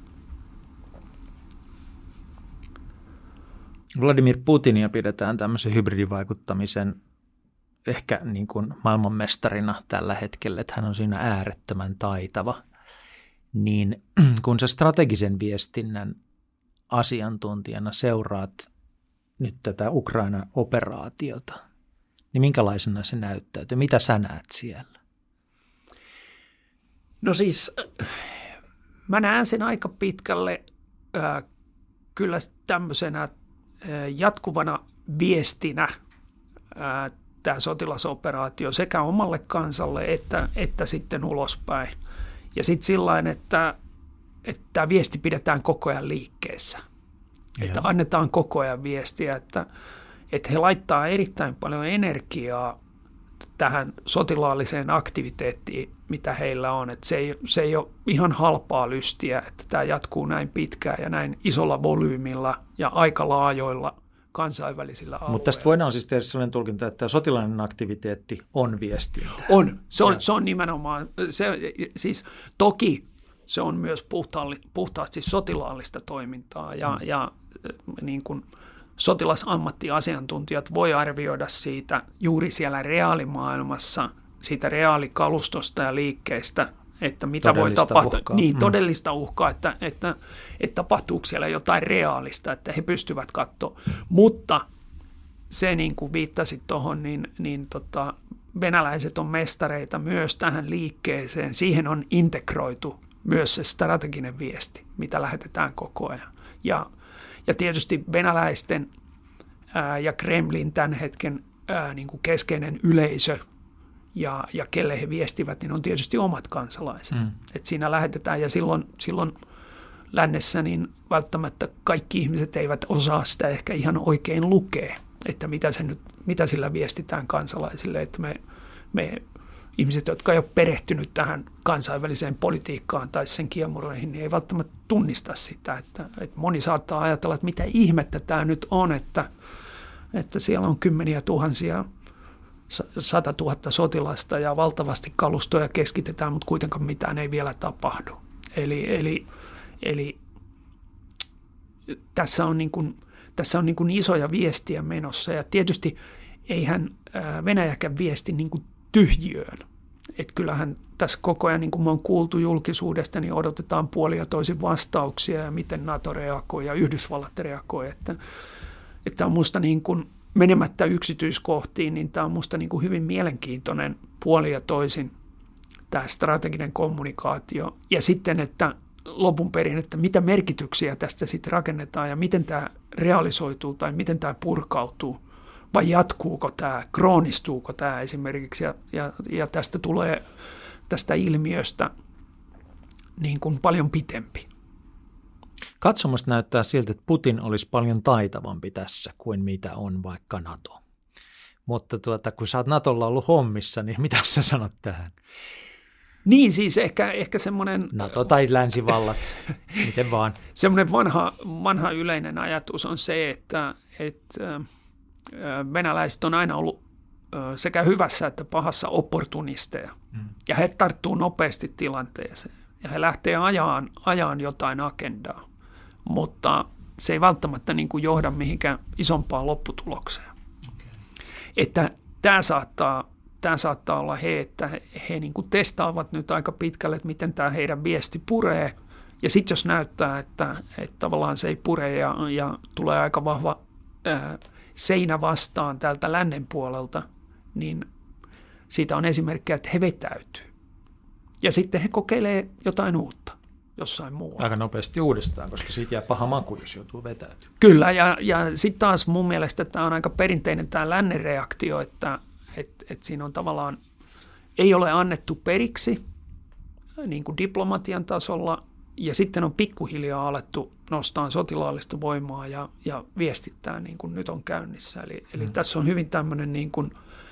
Vladimir Putinia pidetään tämmöisen hybridivaikuttamisen ehkä niin kuin maailmanmestarina tällä hetkellä, että hän on siinä äärettömän taitava. Niin kun sä strategisen viestinnän asiantuntijana seuraat nyt tätä Ukraina-operaatiota, niin minkälaisena se näyttäytyy? Mitä sä näet siellä? No siis mä näen sen aika pitkälle kyllä tämmöisenä jatkuvana viestinä tämä sotilasoperaatio sekä omalle kansalle että sitten ulospäin. Ja sitten sillain, että tämä viesti pidetään koko ajan liikkeessä. Että annetaan koko ajan viestiä, että he laittaa erittäin paljon energiaa tähän sotilaalliseen aktiviteettiin, mitä heillä on. Että se ei ole ihan halpaa lystiä, että tämä jatkuu näin pitkään ja näin isolla volyymilla ja aika laajoilla kansainvälisillä alueilla. Mutta tästä voidaan siis tehdä sellainen tulkinta, että sotilainen aktiviteetti on viestintä. On. Se on nimenomaan. Siis toki se on myös puhtaasti sotilaallista toimintaa ja niin kuin sotilasammattiasiantuntijat voi arvioida siitä juuri siellä reaalimaailmassa, siitä reaalikalustosta ja liikkeestä, että mitä todellista voi tapahtua. Uhkaa. Niin, todellista uhkaa, että tapahtuuko siellä jotain reaalista, että he pystyvät katsoa. Mutta se, niin kuin viittasit tuohon, niin venäläiset on mestareita myös tähän liikkeeseen. Siihen on integroitu myös se strateginen viesti, mitä lähetetään koko ajan. Ja tietysti venäläisten ja Kremlin tämän hetken niin kuin keskeinen yleisö ja kelle he viestivät, niin on tietysti omat kansalaiset. Et siinä lähetetään ja silloin lännessä niin välttämättä kaikki ihmiset eivät osaa sitä ehkä ihan oikein lukea, että mitä sillä viestitään kansalaisille. Että me ihmiset, jotka ei ole perehtynyt tähän kansainväliseen politiikkaan tai sen kiemuroihin, niin ei välttämättä tunnista sitä. Että moni saattaa ajatella, että mitä ihmettä tämä nyt on, että siellä on kymmeniä tuhansia, 100 000 sotilasta ja valtavasti kalustoja keskitetään, mutta kuitenkaan mitään ei vielä tapahdu. Eli tässä on niin kuin isoja viestiä menossa ja tietysti eihän Venäjäkään viesti niin kuin tyhjiöön. Että kyllähän tässä koko ajan, niin kuin me on kuultu julkisuudesta, niin odotetaan puolin ja toisin vastauksia ja miten NATO reagoi ja Yhdysvallat reagoi. Että on musta niin kuin menemättä yksityiskohtiin, niin tämä on musta niin kuin hyvin mielenkiintoinen puolin ja toisin tämä strateginen kommunikaatio. Ja sitten, että lopun perin, että mitä merkityksiä tästä sitten rakennetaan ja miten tämä realisoituu tai miten tämä purkautuu. Vai jatkuuko tämä, kroonistuuko tämä esimerkiksi ja tästä tulee tästä ilmiöstä niin kuin paljon pitempi. Katsomusta näyttää siltä, että Putin olisi paljon taitavampi tässä kuin mitä on vaikka NATO. Mutta kun sä oot NATOlla ollut hommissa, niin mitä sä sanot tähän? Niin siis ehkä semmoinen... NATO tai länsivallat, miten vaan. Semmoinen vanha yleinen ajatus on se, että venäläiset on aina ollut sekä hyvässä että pahassa opportunisteja. Ja he tarttuu nopeasti tilanteeseen. Ja he lähtee ajaan jotain agendaa. Mutta se ei välttämättä niin kuin johda mihinkään isompaan lopputulokseen. Okay. Että tämä saattaa olla että he niin kuin testaavat nyt aika pitkälle, että miten tämä heidän viesti puree. Ja sitten jos näyttää, että tavallaan se ei pure ja tulee aika vahva seinä vastaan täältä lännen puolelta, niin siitä on esimerkkejä, että he vetäytyy. Ja sitten he kokeilee jotain uutta jossain muualla. Aika nopeasti uudestaan, koska siitä jää paha maku, jos joutuu vetäytyä. Kyllä, ja sitten taas mun mielestä tämä on aika perinteinen tämä lännen reaktio, että siinä on tavallaan, ei ole annettu periksi niin kuin diplomatian tasolla, ja sitten on pikkuhiljaa alettu nostaa sotilaallista voimaa ja viestittää niin kuin nyt on käynnissä. Eli tässä on hyvin tämmöinen niin kuin,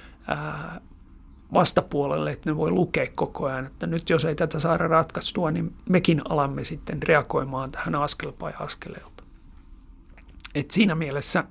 vastapuolelle, että ne voi lukea koko ajan, että nyt jos ei tätä saada ratkaistua, niin mekin alamme sitten reagoimaan tähän askelpa ja askeleelta. Et siinä mielessä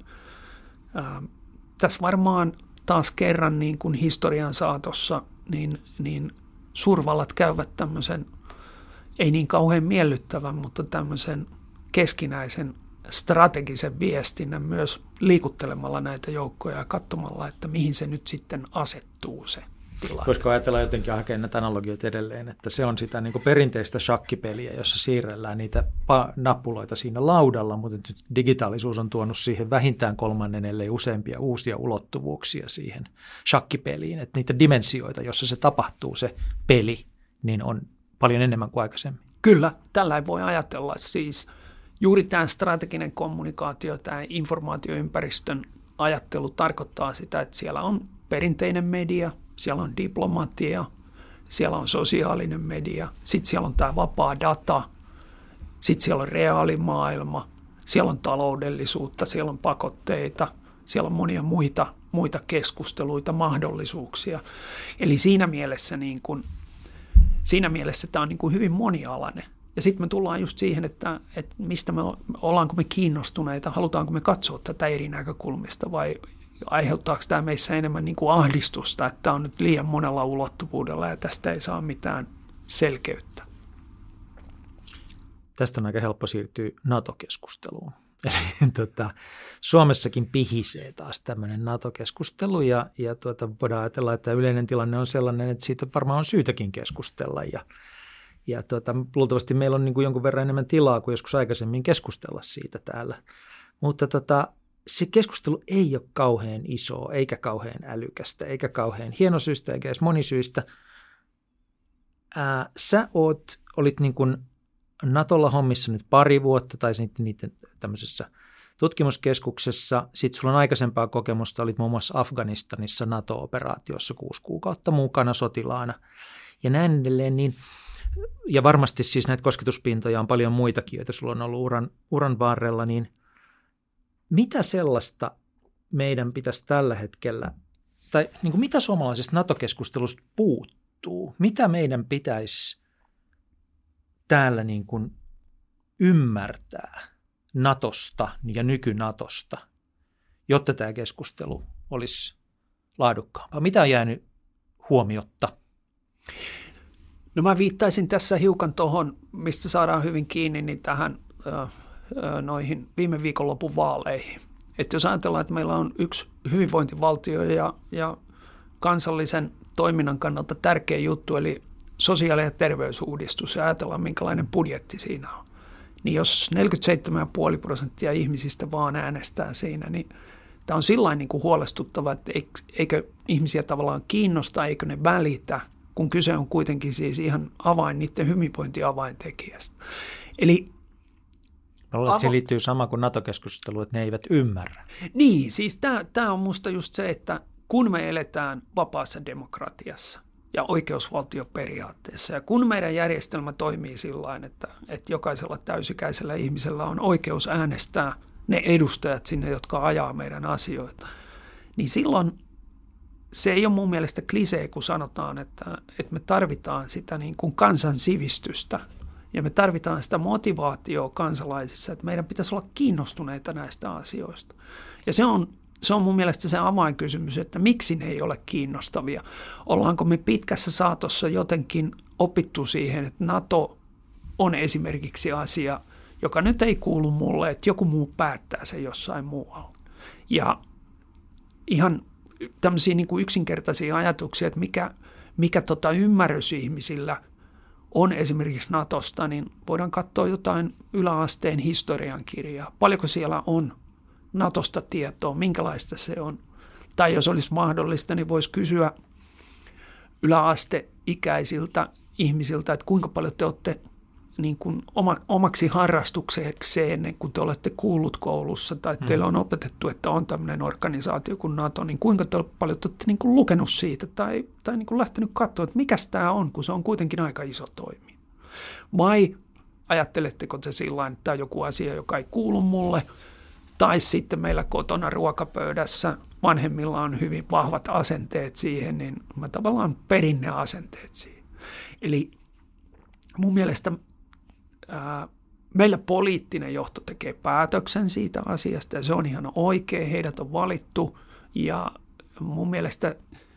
tässä varmaan taas kerran niin kuin historian saatossa niin suurvallat käyvät tämmöisen, ei niin kauhean miellyttävän, mutta tämmöisen keskinäisen strategisen viestinnän myös liikuttelemalla näitä joukkoja ja katsomalla, että mihin se nyt sitten asettuu se tilanne. Voisiko ajatella jotenkin hakea näitä analogioita edelleen, että se on sitä niin kuin perinteistä shakkipeliä, jossa siirrellään niitä nappuloita siinä laudalla, mutta nyt digitaalisuus on tuonut siihen vähintään 3, ellei useampia uusia ulottuvuuksia siihen shakkipeliin, että niitä dimensioita, jossa se tapahtuu se peli, niin on paljon enemmän kuin aikaisemmin. Kyllä, tällä voi ajatella siis juuri tämä strateginen kommunikaatio, tämä informaatioympäristön ajattelu tarkoittaa sitä, että siellä on perinteinen media, siellä on diplomatia, siellä on sosiaalinen media, sitten siellä on tämä vapaa data, sitten siellä on reaalimaailma, siellä on taloudellisuutta, siellä on pakotteita, siellä on monia muita keskusteluita, mahdollisuuksia. Eli siinä mielessä tämä on niin kuin hyvin monialainen. Ja sitten me tullaan just siihen, että mistä ollaanko me kiinnostuneita, halutaanko me katsoa tätä eri näkökulmista vai aiheuttaako tämä meissä enemmän niin kuin ahdistusta, että tämä on nyt liian monella ulottuvuudella ja tästä ei saa mitään selkeyttä. Tästä on aika helppo siirtyä NATO-keskusteluun. Eli Suomessakin pihisee taas tämmöinen NATO-keskustelu ja voidaan ajatella, että yleinen tilanne on sellainen, että siitä varmaan on syytäkin keskustella ja luultavasti meillä on niin kuin jonkun verran enemmän tilaa kuin joskus aikaisemmin keskustella siitä täällä. Mutta se keskustelu ei ole kauhean isoa, eikä kauhean älykästä, eikä kauhean hienosyistä, eikä edes monisyistä. Sä olit niin kuin Natolla hommissa nyt pari vuotta tai sitten niiden tämmöisessä tutkimuskeskuksessa. Sitten sulla on aikaisempaa kokemusta, olit muun muassa Afganistanissa NATO-operaatiossa 6 kuukautta mukana sotilaana ja näin edelleen. Ja varmasti siis näitä kosketuspintoja on paljon muitakin, joita sulla on ollut uran varrella, niin mitä sellaista meidän pitäisi tällä hetkellä, tai niin kuin mitä suomalaisesta NATO-keskustelusta puuttuu? Mitä meidän pitäisi täällä niin kuin ymmärtää Natosta ja nyky-Natosta, jotta tämä keskustelu olisi laadukkaampaa? Mitä on jäänyt huomiotta? No mä viittaisin tässä hiukan tuohon, mistä saadaan hyvin kiinni, niin tähän noihin viime viikonlopun vaaleihin. Että jos ajatellaan, että meillä on yksi hyvinvointivaltio ja kansallisen toiminnan kannalta tärkeä juttu, eli sosiaali- ja terveysuudistus, ja ajatellaan, minkälainen budjetti siinä on. Niin jos 47,5% ihmisistä vaan äänestää siinä, niin tämä on sillain niin kuin huolestuttava, että eikö ihmisiä tavallaan kiinnosta, eikö ne välitä, kun kyse on kuitenkin siis ihan niiden hyvinvointiavaintekijästä. Eli siihen liittyy sama kuin NATO-keskustelu, että ne eivät ymmärrä. Niin, siis tämä on musta just se, että kun me eletään vapaassa demokratiassa ja oikeusvaltioperiaatteessa, ja kun meidän järjestelmä toimii sillain, että jokaisella täysikäisellä ihmisellä on oikeus äänestää ne edustajat sinne, jotka ajaa meidän asioita, niin silloin se ei ole mun mielestä klisee, kun sanotaan, että me tarvitaan sitä niin kuin kansansivistystä ja me tarvitaan sitä motivaatiota kansalaisissa, että meidän pitäisi olla kiinnostuneita näistä asioista. Ja se on mun mielestä se avainkysymys, että miksi ne ei ole kiinnostavia. Ollaanko me pitkässä saatossa jotenkin opittu siihen, että NATO on esimerkiksi asia, joka nyt ei kuulu mulle, että joku muu päättää sen jossain muualla. Ja ihan tämmöisiä niin kuin yksinkertaisia ajatuksia, että mikä ymmärrys ihmisillä on esimerkiksi Natosta, niin voidaan katsoa jotain yläasteen historiankirjaa. Paljonko siellä on Natosta tietoa, minkälaista se on. Tai jos olisi mahdollista, niin voisi kysyä yläasteikäisiltä ihmisiltä, että kuinka paljon te olette niin kuin omaksi harrastuksekseen, kun te olette kuullut koulussa tai teillä on opetettu, että on tämmöinen organisaatio kuin NATO, niin kuinka paljon te olette niin kuin lukenut siitä tai niin kuin lähtenyt katsoa, että mikäs tämä on, kun se on kuitenkin aika iso toimi. Vai ajatteletteko te sillain, että tämä on joku asia, joka ei kuulu mulle, tai sitten meillä kotona ruokapöydässä vanhemmilla on hyvin vahvat asenteet siihen, niin mä tavallaan perin ne asenteet siihen. Eli mun mielestä meillä poliittinen johto tekee päätöksen siitä asiasta ja se on ihan oikein, heidät on valittu ja mun mielestä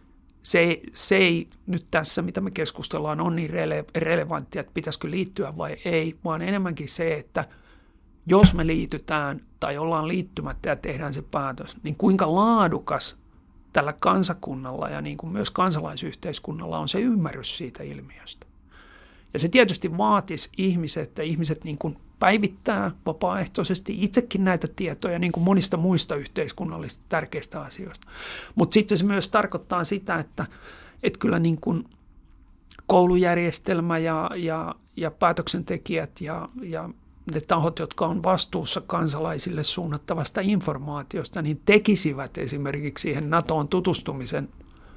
se ei nyt tässä, mitä me keskustellaan, on niin relevanttia, että pitäisikö liittyä vai ei, vaan enemmänkin se, että jos me liitytään tai ollaan liittymättä ja tehdään se päätös, niin kuinka laadukas tällä kansakunnalla ja niin kuin myös kansalaisyhteiskunnalla on se ymmärrys siitä ilmiöstä. Ja se tietysti vaatisi että ihmiset niin kuin päivittää vapaaehtoisesti itsekin näitä tietoja niin kuin monista muista yhteiskunnallisista tärkeistä asioista. Mutta sitten se myös tarkoittaa sitä, että kyllä niin kuin koulujärjestelmä ja päätöksentekijät ja ne tahot, jotka on vastuussa kansalaisille suunnattavasta informaatiosta, niin tekisivät esimerkiksi siihen NATOon tutustumisen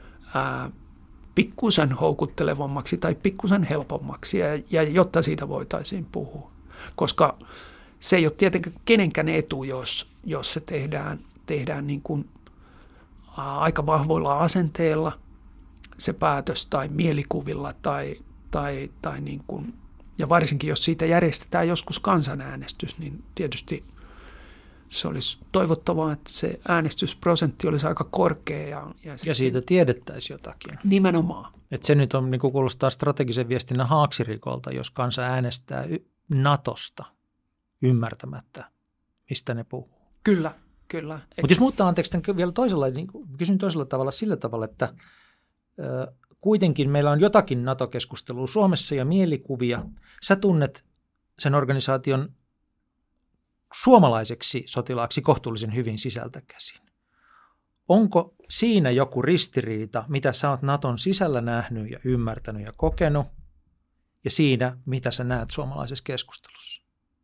pikkusen houkuttelevammaksi tai pikkusen helpommaksi, ja jotta siitä voitaisiin puhua. Koska se ei ole tietenkään kenenkään etu, jos se tehdään niin kuin aika vahvoilla asenteilla se päätös tai mielikuvilla tai niin kuin, ja varsinkin jos siitä järjestetään joskus kansanäänestys, niin tietysti se olisi toivottavaa, että se äänestysprosentti olisi aika korkea. Ja siitä tiedettäisiin jotakin. Nimenomaan. Että se nyt on, niin kuin kuulostaa strategisen viestinnän haaksirikolta, jos kansa äänestää Natosta ymmärtämättä, mistä ne puhuu. Kyllä. Mutta jos muuttaa anteeksi vielä toisella, niin kysyn toisella tavalla sillä tavalla, että kuitenkin meillä on jotakin NATO-keskustelua Suomessa ja mielikuvia. Sä tunnet sen organisaation suomalaiseksi sotilaaksi kohtuullisen hyvin sisältä käsin. Onko siinä joku ristiriita, mitä sä oot Naton sisällä nähnyt ja ymmärtänyt ja kokenut, ja siinä, mitä sä näet suomalaisessa keskustelussa?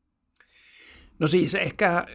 No siis ehkä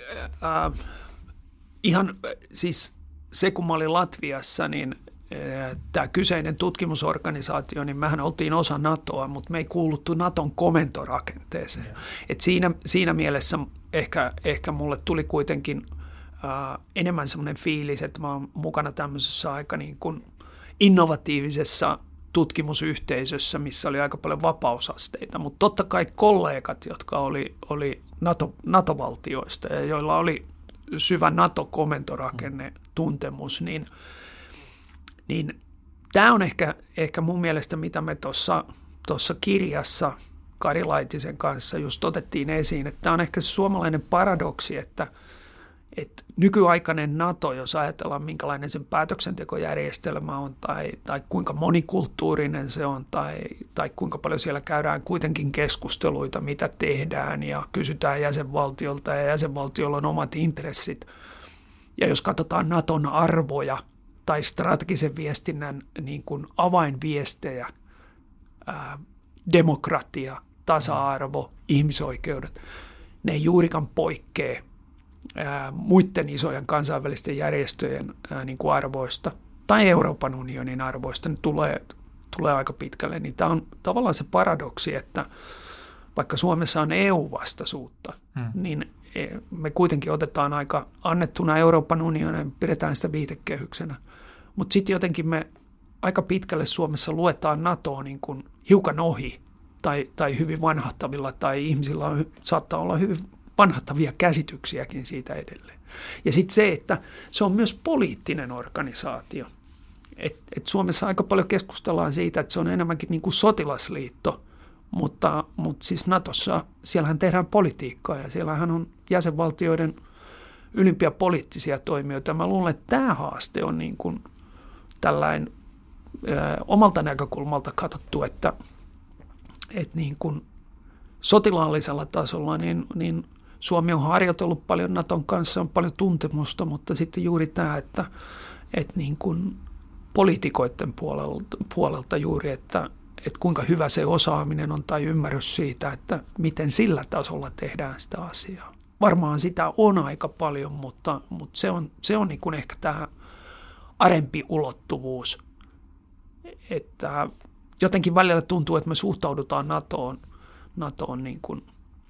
ihan siis se, kun mä olin Latviassa, niin tämä kyseinen tutkimusorganisaatio, niin mehän oltiin osa NATOa, mutta me ei kuuluttu NATOn komentorakenteeseen. Et siinä mielessä ehkä mulle tuli kuitenkin enemmän semmoinen fiilis, että mä oon mukana tämmöisessä aika niin kuin innovatiivisessa tutkimusyhteisössä, missä oli aika paljon vapausasteita, mutta totta kai kollegat, jotka oli NATO-valtioista ja joilla oli syvä NATO-komentorakenne tuntemus, niin tämä on ehkä mun mielestä, mitä me tuossa kirjassa Kari Laitisen kanssa just otettiin esiin, että tämä on ehkä se suomalainen paradoksi, että nykyaikainen NATO, jos ajatellaan minkälainen sen päätöksentekojärjestelmä on tai kuinka monikulttuurinen se on tai kuinka paljon siellä käydään kuitenkin keskusteluita, mitä tehdään ja kysytään jäsenvaltiolta ja jäsenvaltiolla on omat intressit. Ja jos katsotaan NATOn arvoja tai strategisen viestinnän niin kuin avainviestejä, demokratia, tasa-arvo, ihmisoikeudet, ne ei juurikaan poikkea muiden isojen kansainvälisten järjestöjen niin kuin arvoista tai Euroopan unionin arvoista, ne tulee aika pitkälle. Niin tämä on tavallaan se paradoksi, että vaikka Suomessa on EU-vastaisuutta, niin me kuitenkin otetaan aika annettuna Euroopan unionin, pidetään sitä viitekehyksenä. Mutta sitten jotenkin me aika pitkälle Suomessa luetaan NATOa niin kuin hiukan ohi tai hyvin vanhahtavilla tai ihmisillä saattaa olla hyvin vanhattavia käsityksiäkin siitä edelleen. Ja sitten se, että se on myös poliittinen organisaatio. Et Suomessa aika paljon keskustellaan siitä, että se on enemmänkin niin kuin sotilasliitto Mutta siis Natossa, siellähän tehdään politiikkaa ja siellähän on jäsenvaltioiden ylimpiä poliittisia toimijoita. Mä luulen, että tämä haaste on niin kuin tällainen omalta näkökulmalta katsottu, että niin kuin sotilaallisella tasolla niin Suomi on harjoitellut paljon Naton kanssa, on paljon tuntemusta, mutta sitten juuri tämä, että niin kuin poliitikoiden puolelta juuri, että kuinka hyvä se osaaminen on tai ymmärrys siitä, että miten sillä tasolla tehdään sitä asiaa. Varmaan sitä on aika paljon, mutta se on niin kuin ehkä tämä arempi ulottuvuus, että jotenkin välillä tuntuu, että me suhtaudutaan NATOon niin kuin,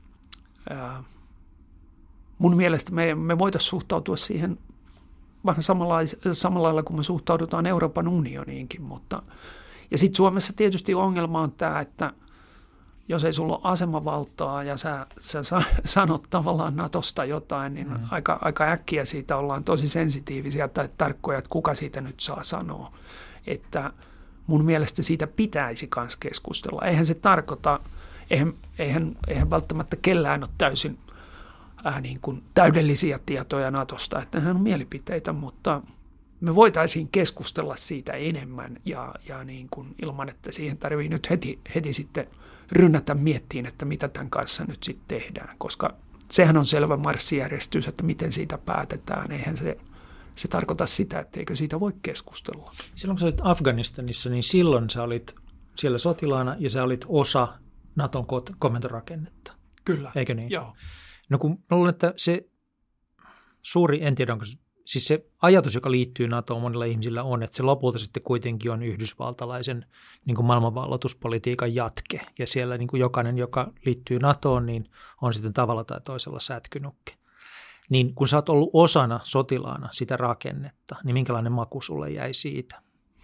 mun mielestä me voitaisiin suhtautua siihen vähän samalla lailla kuin me suhtaudutaan Euroopan unioniinkin, ja sitten Suomessa tietysti ongelma on tämä, että jos ei sulla ole asemavaltaa ja sä sanot tavallaan Natosta jotain, niin aika äkkiä siitä ollaan tosi sensitiivisiä tai tarkkoja, että kuka siitä nyt saa sanoa. Että mun mielestä siitä pitäisi myös keskustella. Eihän se tarkoita, eihän välttämättä kellään ole täysin niin kuin täydellisiä tietoja Natosta, että nehän on mielipiteitä, mutta me voitaisiin keskustella siitä enemmän ja niin kuin ilman, että siihen tarvii nyt heti sitten rynnätä miettiin, että mitä tämän kanssa nyt sitten tehdään, koska sehän on selvä marssijärjestys, että miten siitä päätetään. Eihän se tarkoita sitä, etteikö siitä voi keskustella. Silloin kun sä olit Afganistanissa, niin silloin sä olit siellä sotilaana ja sä olit osa Naton komentorakennetta. Kyllä. Eikö niin? Joo. No kun mä luulen, että se suuri, en tiedä onko siis se ajatus, joka liittyy NATOon monilla ihmisillä on, että se lopulta sitten kuitenkin on yhdysvaltalaisen niin kuin maailmanvalloituspolitiikan jatke. Ja siellä niin kuin jokainen, joka liittyy NATOon, niin on sitten tavalla tai toisella sätkynukke. Niin kun sä oot ollut osana sotilaana sitä rakennetta, niin minkälainen maku sulle jäi siitä?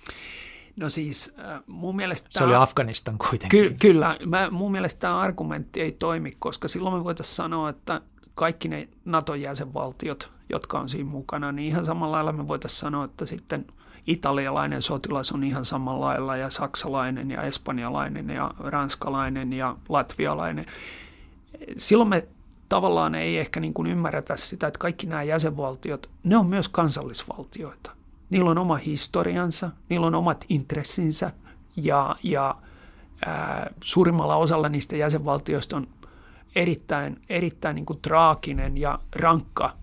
No siis mun mielestä se oli Afganistan kuitenkin. Kyllä. Mun mielestä tämä argumentti ei toimi, koska silloin me voitaisiin sanoa, että kaikki ne Naton jäsenvaltiot, jotka on siinä mukana, niin ihan samalla lailla me voitaisiin sanoa, että sitten italialainen sotilas on ihan samalla lailla ja saksalainen ja espanjalainen ja ranskalainen ja latvialainen. Silloin me tavallaan ei ehkä niin kuin ymmärretä sitä, että kaikki nämä jäsenvaltiot, ne on myös kansallisvaltioita. Niillä on oma historiansa, niillä on omat intressinsä ja suurimmalla osalla niistä jäsenvaltioista on erittäin niin kuin traaginen ja rankka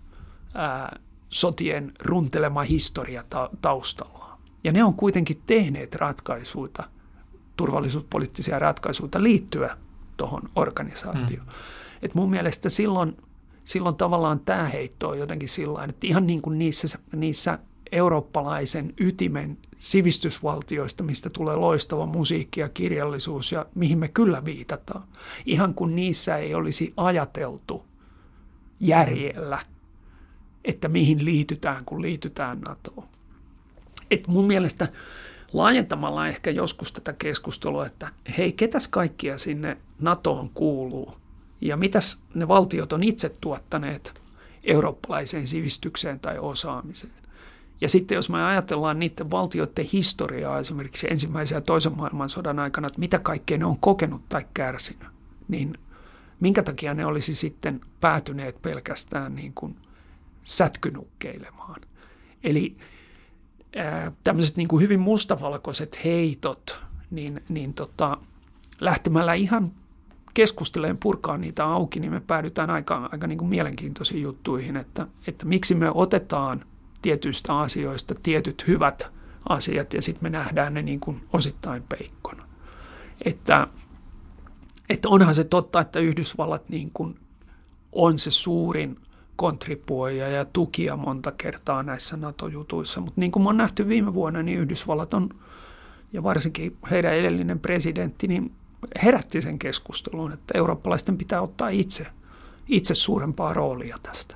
sotien runtelema historia taustalla. Ja ne on kuitenkin tehneet ratkaisuita, turvallisuuspoliittisia ratkaisuita liittyä tuohon organisaatioon. Et mun mielestä silloin tavallaan tämä heitto on jotenkin sillain, että ihan niin kuin niissä eurooppalaisen ytimen sivistysvaltioista, mistä tulee loistava musiikki ja kirjallisuus ja mihin me kyllä viitataan. Ihan kun niissä ei olisi ajateltu järjellä, että mihin liitytään, kun liitytään NATOon. Et mun mielestä laajentamalla ehkä joskus tätä keskustelua, että hei, ketäs kaikkia sinne NATOon kuuluu ja mitäs ne valtiot on itse tuottaneet eurooppalaiseen sivistykseen tai osaamiseen. Ja sitten jos me ajatellaan niiden valtioiden historiaa esimerkiksi ensimmäisen ja toisen maailmansodan aikana, että mitä kaikkea ne on kokenut tai kärsinyt, niin minkä takia ne olisi sitten päätyneet pelkästään niin kuin sätkynukkeilemaan. Eli tämmöiset niin kuin hyvin mustavalkoiset heitot, niin lähtemällä ihan keskustelemaan, purkaa niitä auki, niin me päädytään aika niin kuin mielenkiintoisiin juttuihin, että miksi me otetaan tietyistä asioista tietyt hyvät asiat ja sitten me nähdään ne niin kuin osittain peikkona. Että onhan se totta, että Yhdysvallat niin kuin on se suurin kontribuoija ja tukija monta kertaa näissä NATO-jutuissa, mutta niin kuin me on nähty viime vuonna, niin Yhdysvallat on, ja varsinkin heidän edellinen presidentti, niin herätti sen keskusteluun, että eurooppalaisten pitää ottaa itse suurempaa roolia tästä.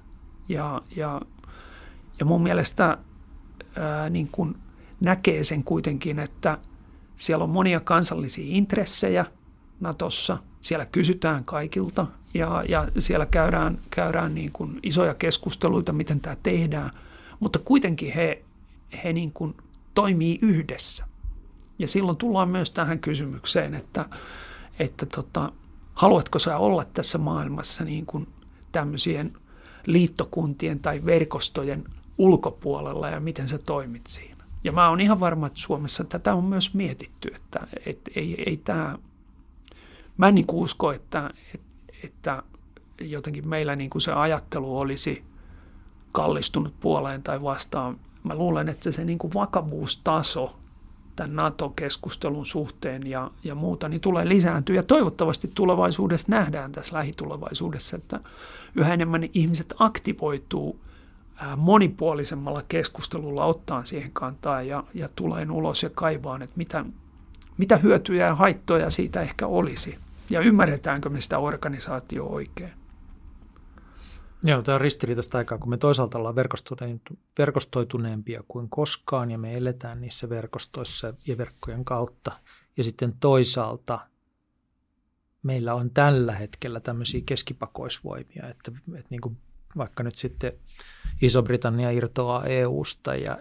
Ja mun mielestä niin kun näkee sen kuitenkin, että siellä on monia kansallisia intressejä NATOssa, siellä kysytään kaikilta ja siellä käydään niin kun isoja keskusteluita, miten tämä tehdään, mutta kuitenkin he niin kun toimii yhdessä. Ja silloin tullaan myös tähän kysymykseen, että että haluatko sä olla tässä maailmassa niin kuin tämmöisien liittokuntien tai verkostojen ulkopuolella ja miten sä toimit siinä. Ja mä oon ihan varma, että Suomessa tätä on myös mietitty, että ei tämä, mä en niin kuin usko, että jotenkin meillä niin kuin se ajattelu olisi kallistunut puoleen tai vastaan. Mä luulen, että se niin kuin vakavuustaso tämän NATO-keskustelun suhteen ja muuta, niin tulee lisääntyä. Ja toivottavasti tulevaisuudessa nähdään tässä lähitulevaisuudessa, että yhä enemmän ihmiset aktivoituu monipuolisemmalla keskustelulla ottaa siihen kantaa ja tulee ulos ja kaivaan, että mitä hyötyjä ja haittoja siitä ehkä olisi. Ja ymmärretäänkö me sitä organisaatioa oikein? Joo, tämä on ristiriitaista aikaa, kun me toisaalta ollaan verkostoituneempia kuin koskaan ja me eletään niissä verkostoissa ja verkkojen kautta. Ja sitten toisaalta meillä on tällä hetkellä tämmöisiä keskipakoisvoimia, että niin kuin vaikka nyt sitten Iso-Britannia irtoaa EUsta ja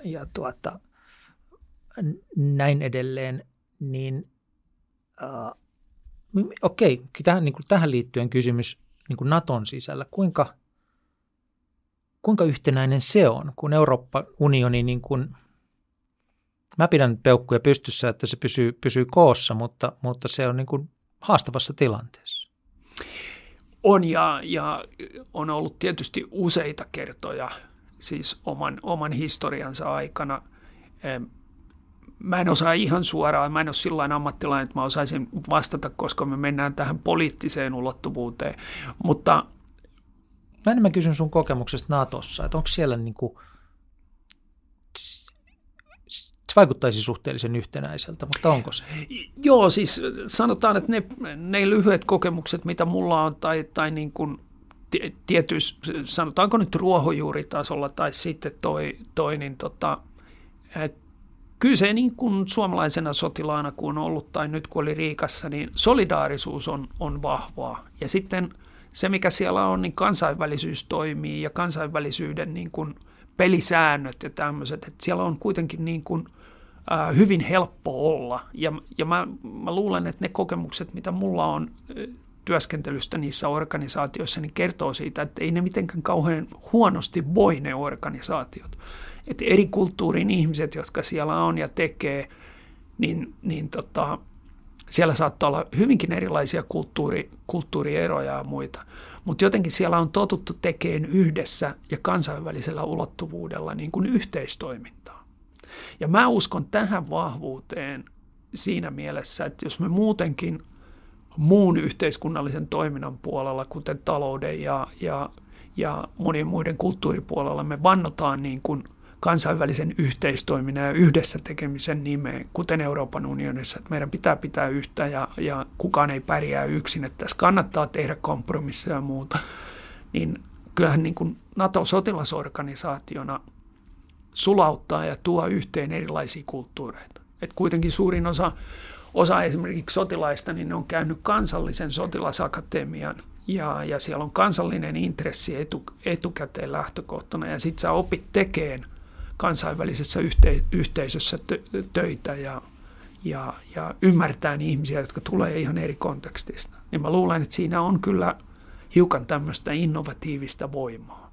näin edelleen, niin okei, tähän liittyen kysymys niin kuin Naton sisällä, kuinka yhtenäinen se on, kun Euroopan unioni, niin kuin, mä pidän peukkuja pystyssä, että se pysyy koossa, mutta se on niin kuin haastavassa tilanteessa. On ja on ollut tietysti useita kertoja siis oman historiansa aikana. Mä en osaa ihan suoraan, mä en ole sillain ammattilainen, että mä osaisin vastata, koska me mennään tähän poliittiseen ulottuvuuteen, mutta mä enemmän kysyn sun kokemuksesta Natossa, että onko siellä niin kuin, se vaikuttaisi suhteellisen yhtenäiseltä, mutta onko se? Joo, siis sanotaan, että ne lyhyet kokemukset, mitä mulla on, tai niin kuin tietysti, sanotaanko nyt ruohonjuuritasolla, tai sitten toi niin kyllä se niin kuin suomalaisena sotilaana, kun on ollut, tai nyt kun oli Riikassa, niin solidaarisuus on vahvaa. Ja sitten se, mikä siellä on, niin kansainvälisyys toimii ja kansainvälisyyden niin kuin pelisäännöt ja tämmöiset, että siellä on kuitenkin niin kuin, hyvin helppo olla. Ja mä luulen, että ne kokemukset, mitä mulla on työskentelystä niissä organisaatioissa, niin kertoo siitä, että ei ne mitenkään kauhean huonosti voi ne organisaatiot. Että eri kulttuurin ihmiset, jotka siellä on ja tekee, niin siellä saattaa olla hyvinkin erilaisia kulttuurieroja ja muita. Mutta jotenkin siellä on totuttu tekemään yhdessä ja kansainvälisellä ulottuvuudella niin kuin yhteistoimintaa. Ja mä uskon tähän vahvuuteen siinä mielessä, että jos me muutenkin muun yhteiskunnallisen toiminnan puolella, kuten talouden ja monien muiden kulttuuripuolella, me vannotaan niin kuin kansainvälisen yhteistoiminnan ja yhdessä tekemisen nimeen, kuten Euroopan unionissa, että meidän pitää yhtä ja kukaan ei pärjää yksin, että tässä kannattaa tehdä kompromisseja ja muuta, niin kyllähän niin kuin NATO-sotilasorganisaationa sulauttaa ja tuo yhteen erilaisia kulttuureita. Et kuitenkin suurin osa esimerkiksi sotilaista, niin ne on käynyt kansallisen sotilasakatemian ja siellä on kansallinen intressi etukäteen lähtökohtana ja sitten sä opit tekemään kansainvälisessä yhteisössä töitä ja ymmärtää ihmisiä, jotka tulee ihan eri kontekstista. Niin mä luulen, että siinä on kyllä hiukan tämmöistä innovatiivista voimaa.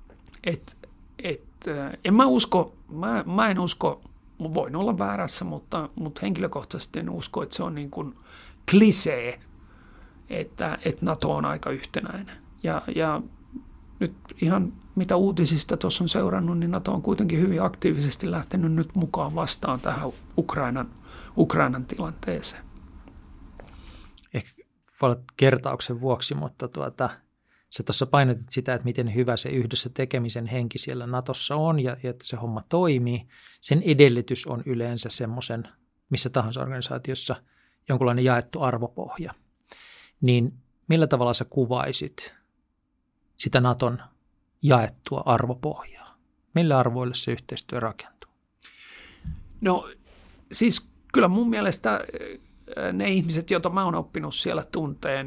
Mä en usko, voin olla väärässä, mutta henkilökohtaisesti en usko, että se on niin kuin klisee, että NATO on aika yhtenäinen. Ja nyt ihan mitä uutisista tuossa on seurannut, niin NATO on kuitenkin hyvin aktiivisesti lähtenyt nyt mukaan vastaan tähän Ukrainan tilanteeseen. Ehkä voi olla kertauksen vuoksi, mutta sä tuossa painotit sitä, että miten hyvä se yhdessä tekemisen henki siellä Natossa on ja että se homma toimii. Sen edellytys on yleensä semmoisen, missä tahansa organisaatiossa, jonkunlainen jaettu arvopohja. Niin millä tavalla sä kuvaisit sitä Naton jaettua arvopohjaa? Millä arvoille se yhteistyö rakentuu? No siis kyllä mun mielestä ne ihmiset, joita mä oon oppinut siellä tunteen,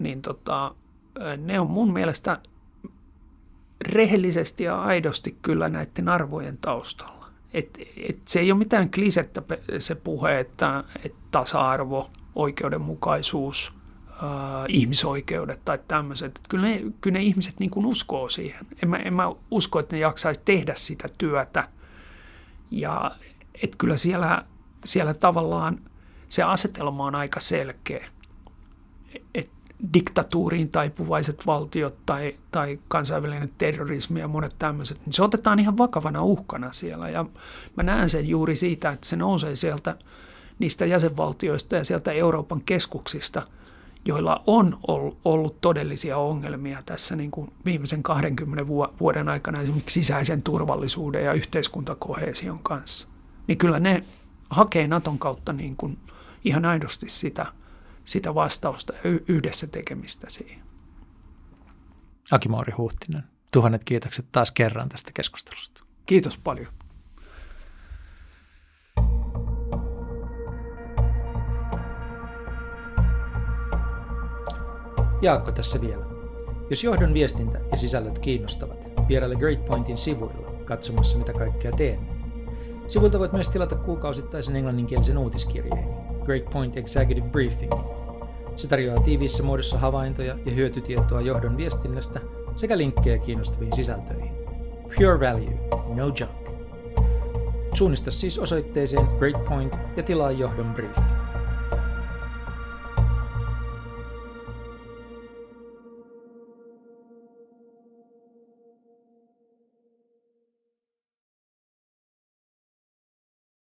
ne on mun mielestä rehellisesti ja aidosti kyllä näiden arvojen taustalla. Et se ei ole mitään klisettä se puhe, että tasa-arvo, oikeudenmukaisuus, ihmisoikeudet tai tämmöiset. Kyllä ne ihmiset niin kuin uskoo siihen. En mä usko, että ne jaksaisi tehdä sitä työtä. Ja että kyllä siellä tavallaan se asetelma on aika selkeä. Että diktatuuriin taipuvaiset valtiot tai kansainvälinen terrorismi ja monet tämmöiset, niin se otetaan ihan vakavana uhkana siellä. Ja mä näen sen juuri siitä, että se nousee sieltä niistä jäsenvaltioista ja sieltä Euroopan keskuksista, joilla on ollut todellisia ongelmia tässä niin kuin viimeisen 20 vuoden aikana esimerkiksi sisäisen turvallisuuden ja yhteiskuntakoheesion kanssa. Niin kyllä ne hakee Naton kautta niin kuin ihan aidosti sitä vastausta ja yhdessä tekemistä siihen. Aki-Mauri Huhtinen, 1000 kiitokset taas kerran tästä keskustelusta. Kiitos paljon. Jaakko tässä vielä. Jos johdon viestintä ja sisällöt kiinnostavat, vieraile Great Pointin sivuilla katsomassa mitä kaikkea teemme. Sivuilta voit myös tilata kuukausittaisen englanninkielisen uutiskirjeeni, Great Point Executive Briefing. Se tarjoaa tiiviissä muodossa havaintoja ja hyötytietoa johdon viestinnästä sekä linkkejä kiinnostaviin sisältöihin. Pure value, no junk. Suunnista siis osoitteeseen Great Point ja tilaa johdon brief.